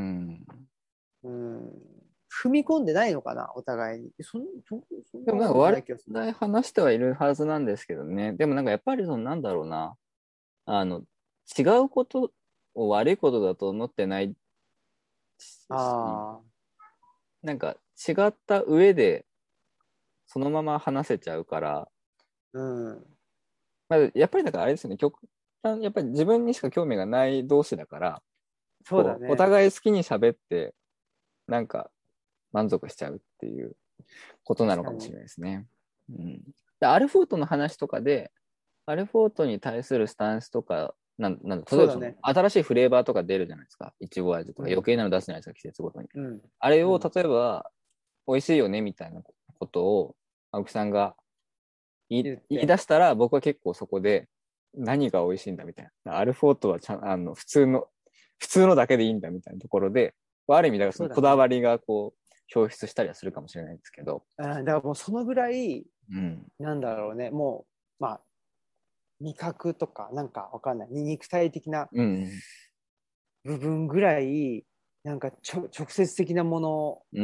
うん、踏み込んでないのかな、お互いに。そんそんそんでもなんかことな悪い気がする。 い話してはいるはずなんですけどね。でもなんかやっぱりそのなんだろうな。あの、違うことを悪いことだと思ってないし、 あなんか違った上でそのまま話せちゃうから、 あ、うん、 まあ、やっぱりだからあれですよね、極端やっぱり自分にしか興味がない同士だから、こう、おそうだね。 互い好きに喋って、なんか満足しちゃうっていうことな確かに。 のかもしれないですね。うん、でアルフォートの話とかで、アルフォートに対するスタンスとか、なんなんだ例えばそのそうだね。 新しいフレーバーとか出るじゃないですか。いちご味とかうん、 余計なの出すじゃないですか、季節ごとに。 うん、 あれをうん。 例えば、美味しいよねみたいなことを青木さんが言い言って。 言い出したら、僕は結構そこで何が美味しいんだみたいな。アルフォートはちゃんあの普通の、普通のだけでいいんだみたいなところで、ある意味、だからそのこそうだね。 だわりがこう表出したりはするかもしれないですけど、 あだからもうそのぐらい、 うん。 なんだろうね、もう、まあ、味覚とか、なんかわかんない、肉体的なうん。 部分ぐらい、なんかちょ直接的なものうんうん。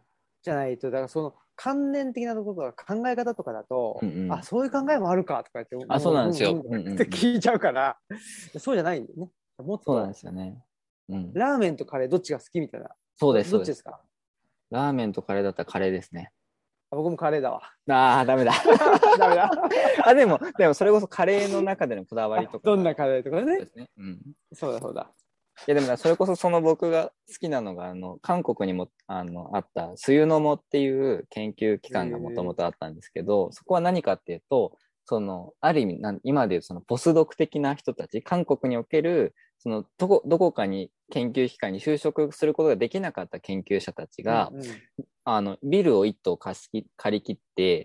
じゃないと、だからその関連的なところとか考え方とかだと、 うんうん。 あ、そういう考えもあるかとか言って、 あ、そうもう、うんうんなんですよ。うんうんってうん。 聞いちゃうから、そうじゃないんだよね。もっそうなんでと、 すよね。うん。 ラーメンとカレーどっちが好きみたいな。どそうです、そうです。 どっちですか？ ラーメンとカレーだったらカレーですね。 あ僕もカレーだわ。 ああ、ダメだ。 ダメだ。 あ、でも、でもそれこそカレーの中でのこだわりあとかが、 どんなカレーとかね。 そうですね。うん。 そうだそうだ。 いやでもなそれこそその僕が好きなのがあの韓国にもあのあったスユノモっていう研究機へ関がもともえ。 とあったんですけど、そこは何かっていうと、そのある意味なん今でいうそのポスドク的な人たち、韓国におけるそのどこどこかに研究機関に就職することができなかった研究者たちが、 うんうん。 あのビルを一棟貸し借り切って、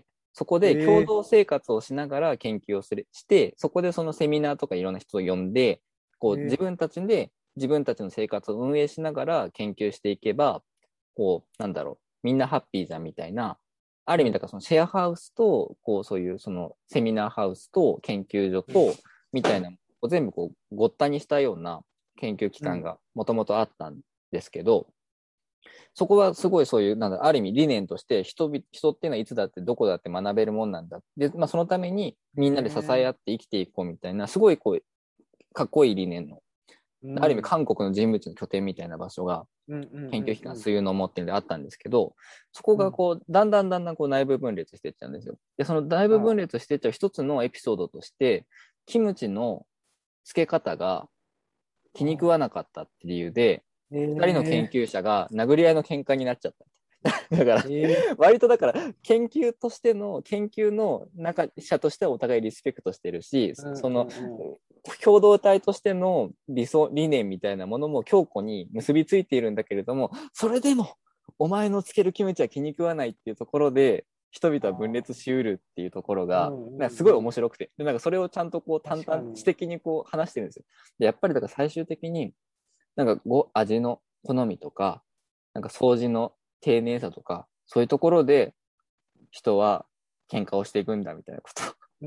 そこで共ええ。 同生活をしながら研究をするして、そこでそのセミナーとかいろんな人を呼んで、こう自ええ。 分たちで自分たちの生活を運営しながら研究していけば、こう、なんだろう、みんなハッピーじゃんみたいな、ある意味、だうんからそのシェアハウスと、こう、そういうそのセミナーハウスと研究所と、みたいな、全部こう、ごったにしたような研究機うん。 関がもともとあったんですけど、そこはすごいそういう、なんだ、ある意味理念として人々、人っていうのはいつだってどこだって学べるもんなんだ。で、まあそのためにみんなで支え合ええ。 って生きていこうみたいな、すごいこう、かっこいい理念の、ある意味うん。 韓国の人物の拠点みたいな場所が、 うんうん研究機うん関水のもっていうのであったんですけど、そこうん。 がこう、だんだんだんだんこう内部分裂していっちゃうんですよ。で、その内部分あら。 裂していっちゃう一つのエピソードとして、キムチの漬け方が気に食わなかったって理由で、二人の研ええ。 究者が殴り合いの喧嘩になっちゃった。だから、 ええ。 割とだから、研究としての、研究の中者としてはお互いリスペクトしてるし、 うんその、 うんうん。 共同体としての理想、理念みたいなものも強固に結びついているんだけれども、それでも、お前のつけるキムチは気に食わないっていうところで、人々は分裂しうるっていうところが、 うんうなんかすごいんうん。 面白くて、でなんかそれをちゃんとこう淡々知確かに。 的にこう話してるんですよ。でやっぱりだから最終的に、なんかご味の好みとか、なんか掃除の丁寧さとか、そういうところで人は喧嘩をしていくんだみたいなことをうん。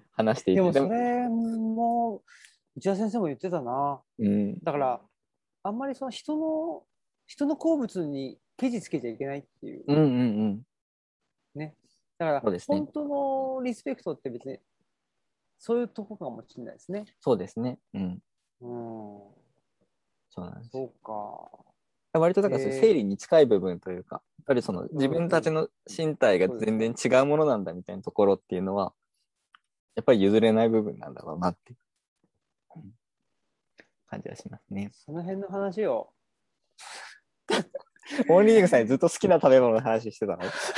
話していて、 でもでも、 それも、内田先生も言ってたな。 うん、 だから、あんまりその人の、人の好物にケチつけちゃいけないっていううんうんうん、 ね。だから、 そうですね。 本当のリスペクトって別に、そういうとこかもしれないですね。 そうですね。うん、 うん。 そうなんですよ。 そうか。 割とだからそういう生え理に近い部分というか、やっぱりそのー、う自分たちんうん。 の身体が全然そうですね。 違うものなんだみたいなところっていうのは、やっぱり譲れない部分なんだろうなっていう感じはしますね。 その辺の話を。 オンリーグさんにずっと好きな食べ物の話してたの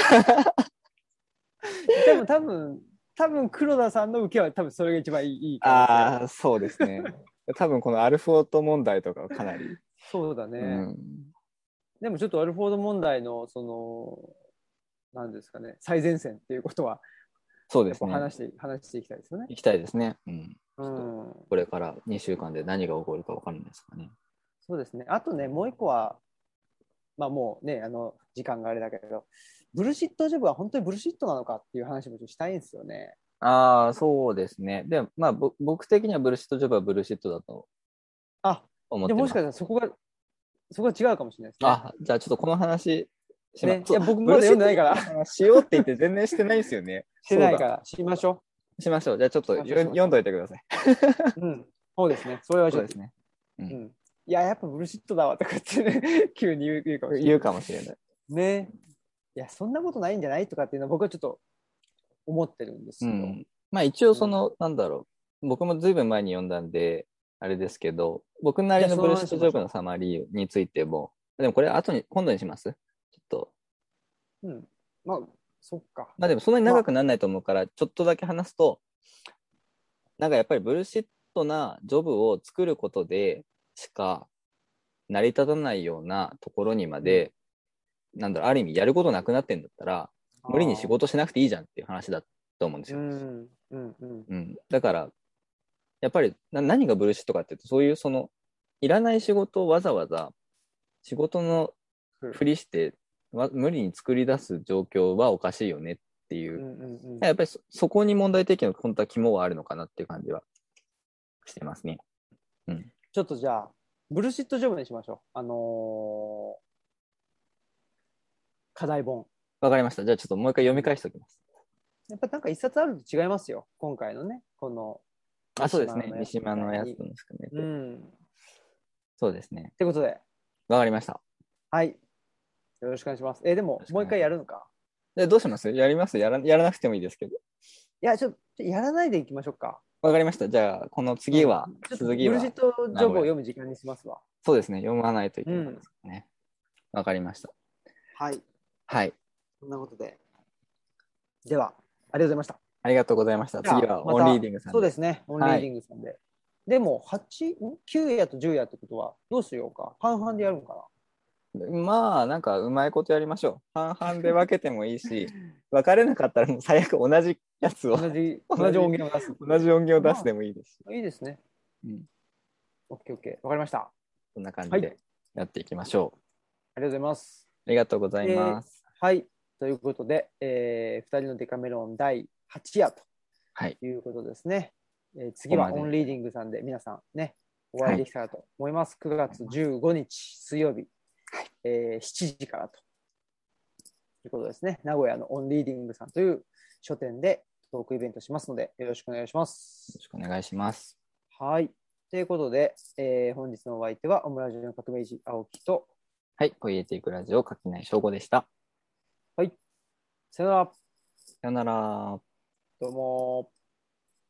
でも多分、多分黒田さんの受けは多分それが一番いい、いい可能性。 ああ、そうですね。多分このアルフォート問題とかはかなり、 そうだうね。 ん、 でもちょっとアルフォード問題の、その、なんですかね、最前線っていうことは、やっそうですね。 ぱ話して、話していきたいですよね。 行きたいですね。うん。 うちょっとん。 これからにしゅうかんで何が起こるか分かんないですかね。 そうですね。あとね、もう一個は、まあもうね、あの、時間があれだけど、ブルシットジョブは本当にブルシットなのかっていう話もちょっとしたいんですよね。 ああ、そうですね。で、まあ、ぼ僕的にはブルシットジョブはブルシットだとあ、 思ってます。 でもしかしたらそこが、そこが違うかもしれないですね。 あ、じゃあちょっとこの話しまね。 す。そう、 いや、僕まだブルシット読んでないから。 ジョブの話しようって言って全然してないですよね。 してそうだ。 ないから、しましょしましょう。じゃあちょっう。しとましょう、しまし読んどょいてください。 う。うん。そうですね。それはちょっと。 そうですね。うん。 うん。いや、やっぱブルシットだわとか言ってね、急に言う言うかもしれない。 言うかもしれない。 ね。いや、そんなことないんじゃないとかっていうのは僕はちょっと思ってるんですよ。 うん。まあ一応うん。 その、なんだろう。僕もずいぶん前に読んだんで、あれですけど、僕なりじゃあ、そののブルシット話しましょジョブのサマリーについても、でもこれ後に、今度にしますちょっと。 う。うん。まあ、そっか。 まあでもそんなにまあ、 長くならないと思うから、ちょっとだけ話すと、なんかやっぱりブルシットなジョブを作ることでしか成り立たないようなところにまで、うん、なんだろう、ある意味やることなくなってんだったら、無理に仕事しなくていいじゃんっていう話だと思うんですよ。 うん、うん、うん。 うん、だから、やっぱりな何がブルシットかっていうと、そういうその、いらない仕事をわざわざ仕事のふりして無理に作り出す状況はおかしいよねっていう、 うんうんうん、 やっぱり そ, そこに問題提起の本当は肝はあるのかなっていう感じはしてますね。うん、 ちょっとじゃあ、ブルシットジョブにしましょう。あのー、課題本。 わかりました。じゃあちょっともう一回読み返しておきます。 やっぱなんか一冊あると違いますよ。今回のね、このあ、そうですね。 三三島のやつに。 も含めて。 うん。っそうですね。 てことで、 わかりました。 はい。よろしくお願いします。えーでも、もう一回やるのか。 で、どうしますやりますやらやらなくてもいいですけど。 いや、ちょっとやらないでいきましょうか。 わかりました。じゃあ、この次は、 うん、ちょっと続きはブルシットジョブを名古屋。 読む時間にしますわ。 そうですね。読まないといけないうん。 ですね。わかりました。 はい。 はい。 そんなことで。では、ありがとうございました。 ありがとうございました。 じゃあ、 次はオンリーまた、 ディングさんで。 そうですね、オンリーディングさんで。はい、でも、はち、きゅう夜とじゅう夜ってことは、どうしようか。半々でやるのかな。 まあ、なんか、うまいことやりましょう。半々で分けてもいいし、分かれなかったらもう最悪同じやつを同じ、同じ音源を出す。 同じ音源を出すでもいいですし。 まあ、いいですね。 うん。 オッケーオッケー。わかりました。 そんな感じでやっていきましょう。 ありがとうございます。 ありがとうございます。 はい。ということで、えー、ふたりのデカメロンだいはち夜ということですね。はい、えー、次はオンリーディングさんで皆さんね、お会いできたらと思います。はい、くがつじゅうごにち水曜日、はい、えー、しちじからということですね。名古屋のオンリーディングさんという書店でトークイベントしますので、よろしくお願いします。 よろしくお願いします。 はい。ということで、えー、本日のお相手はオムラジオの革命児青木と、 はい、コイエティクラジオ垣内翔吾でした。 はい。さよなら。 さよなら。 どうも。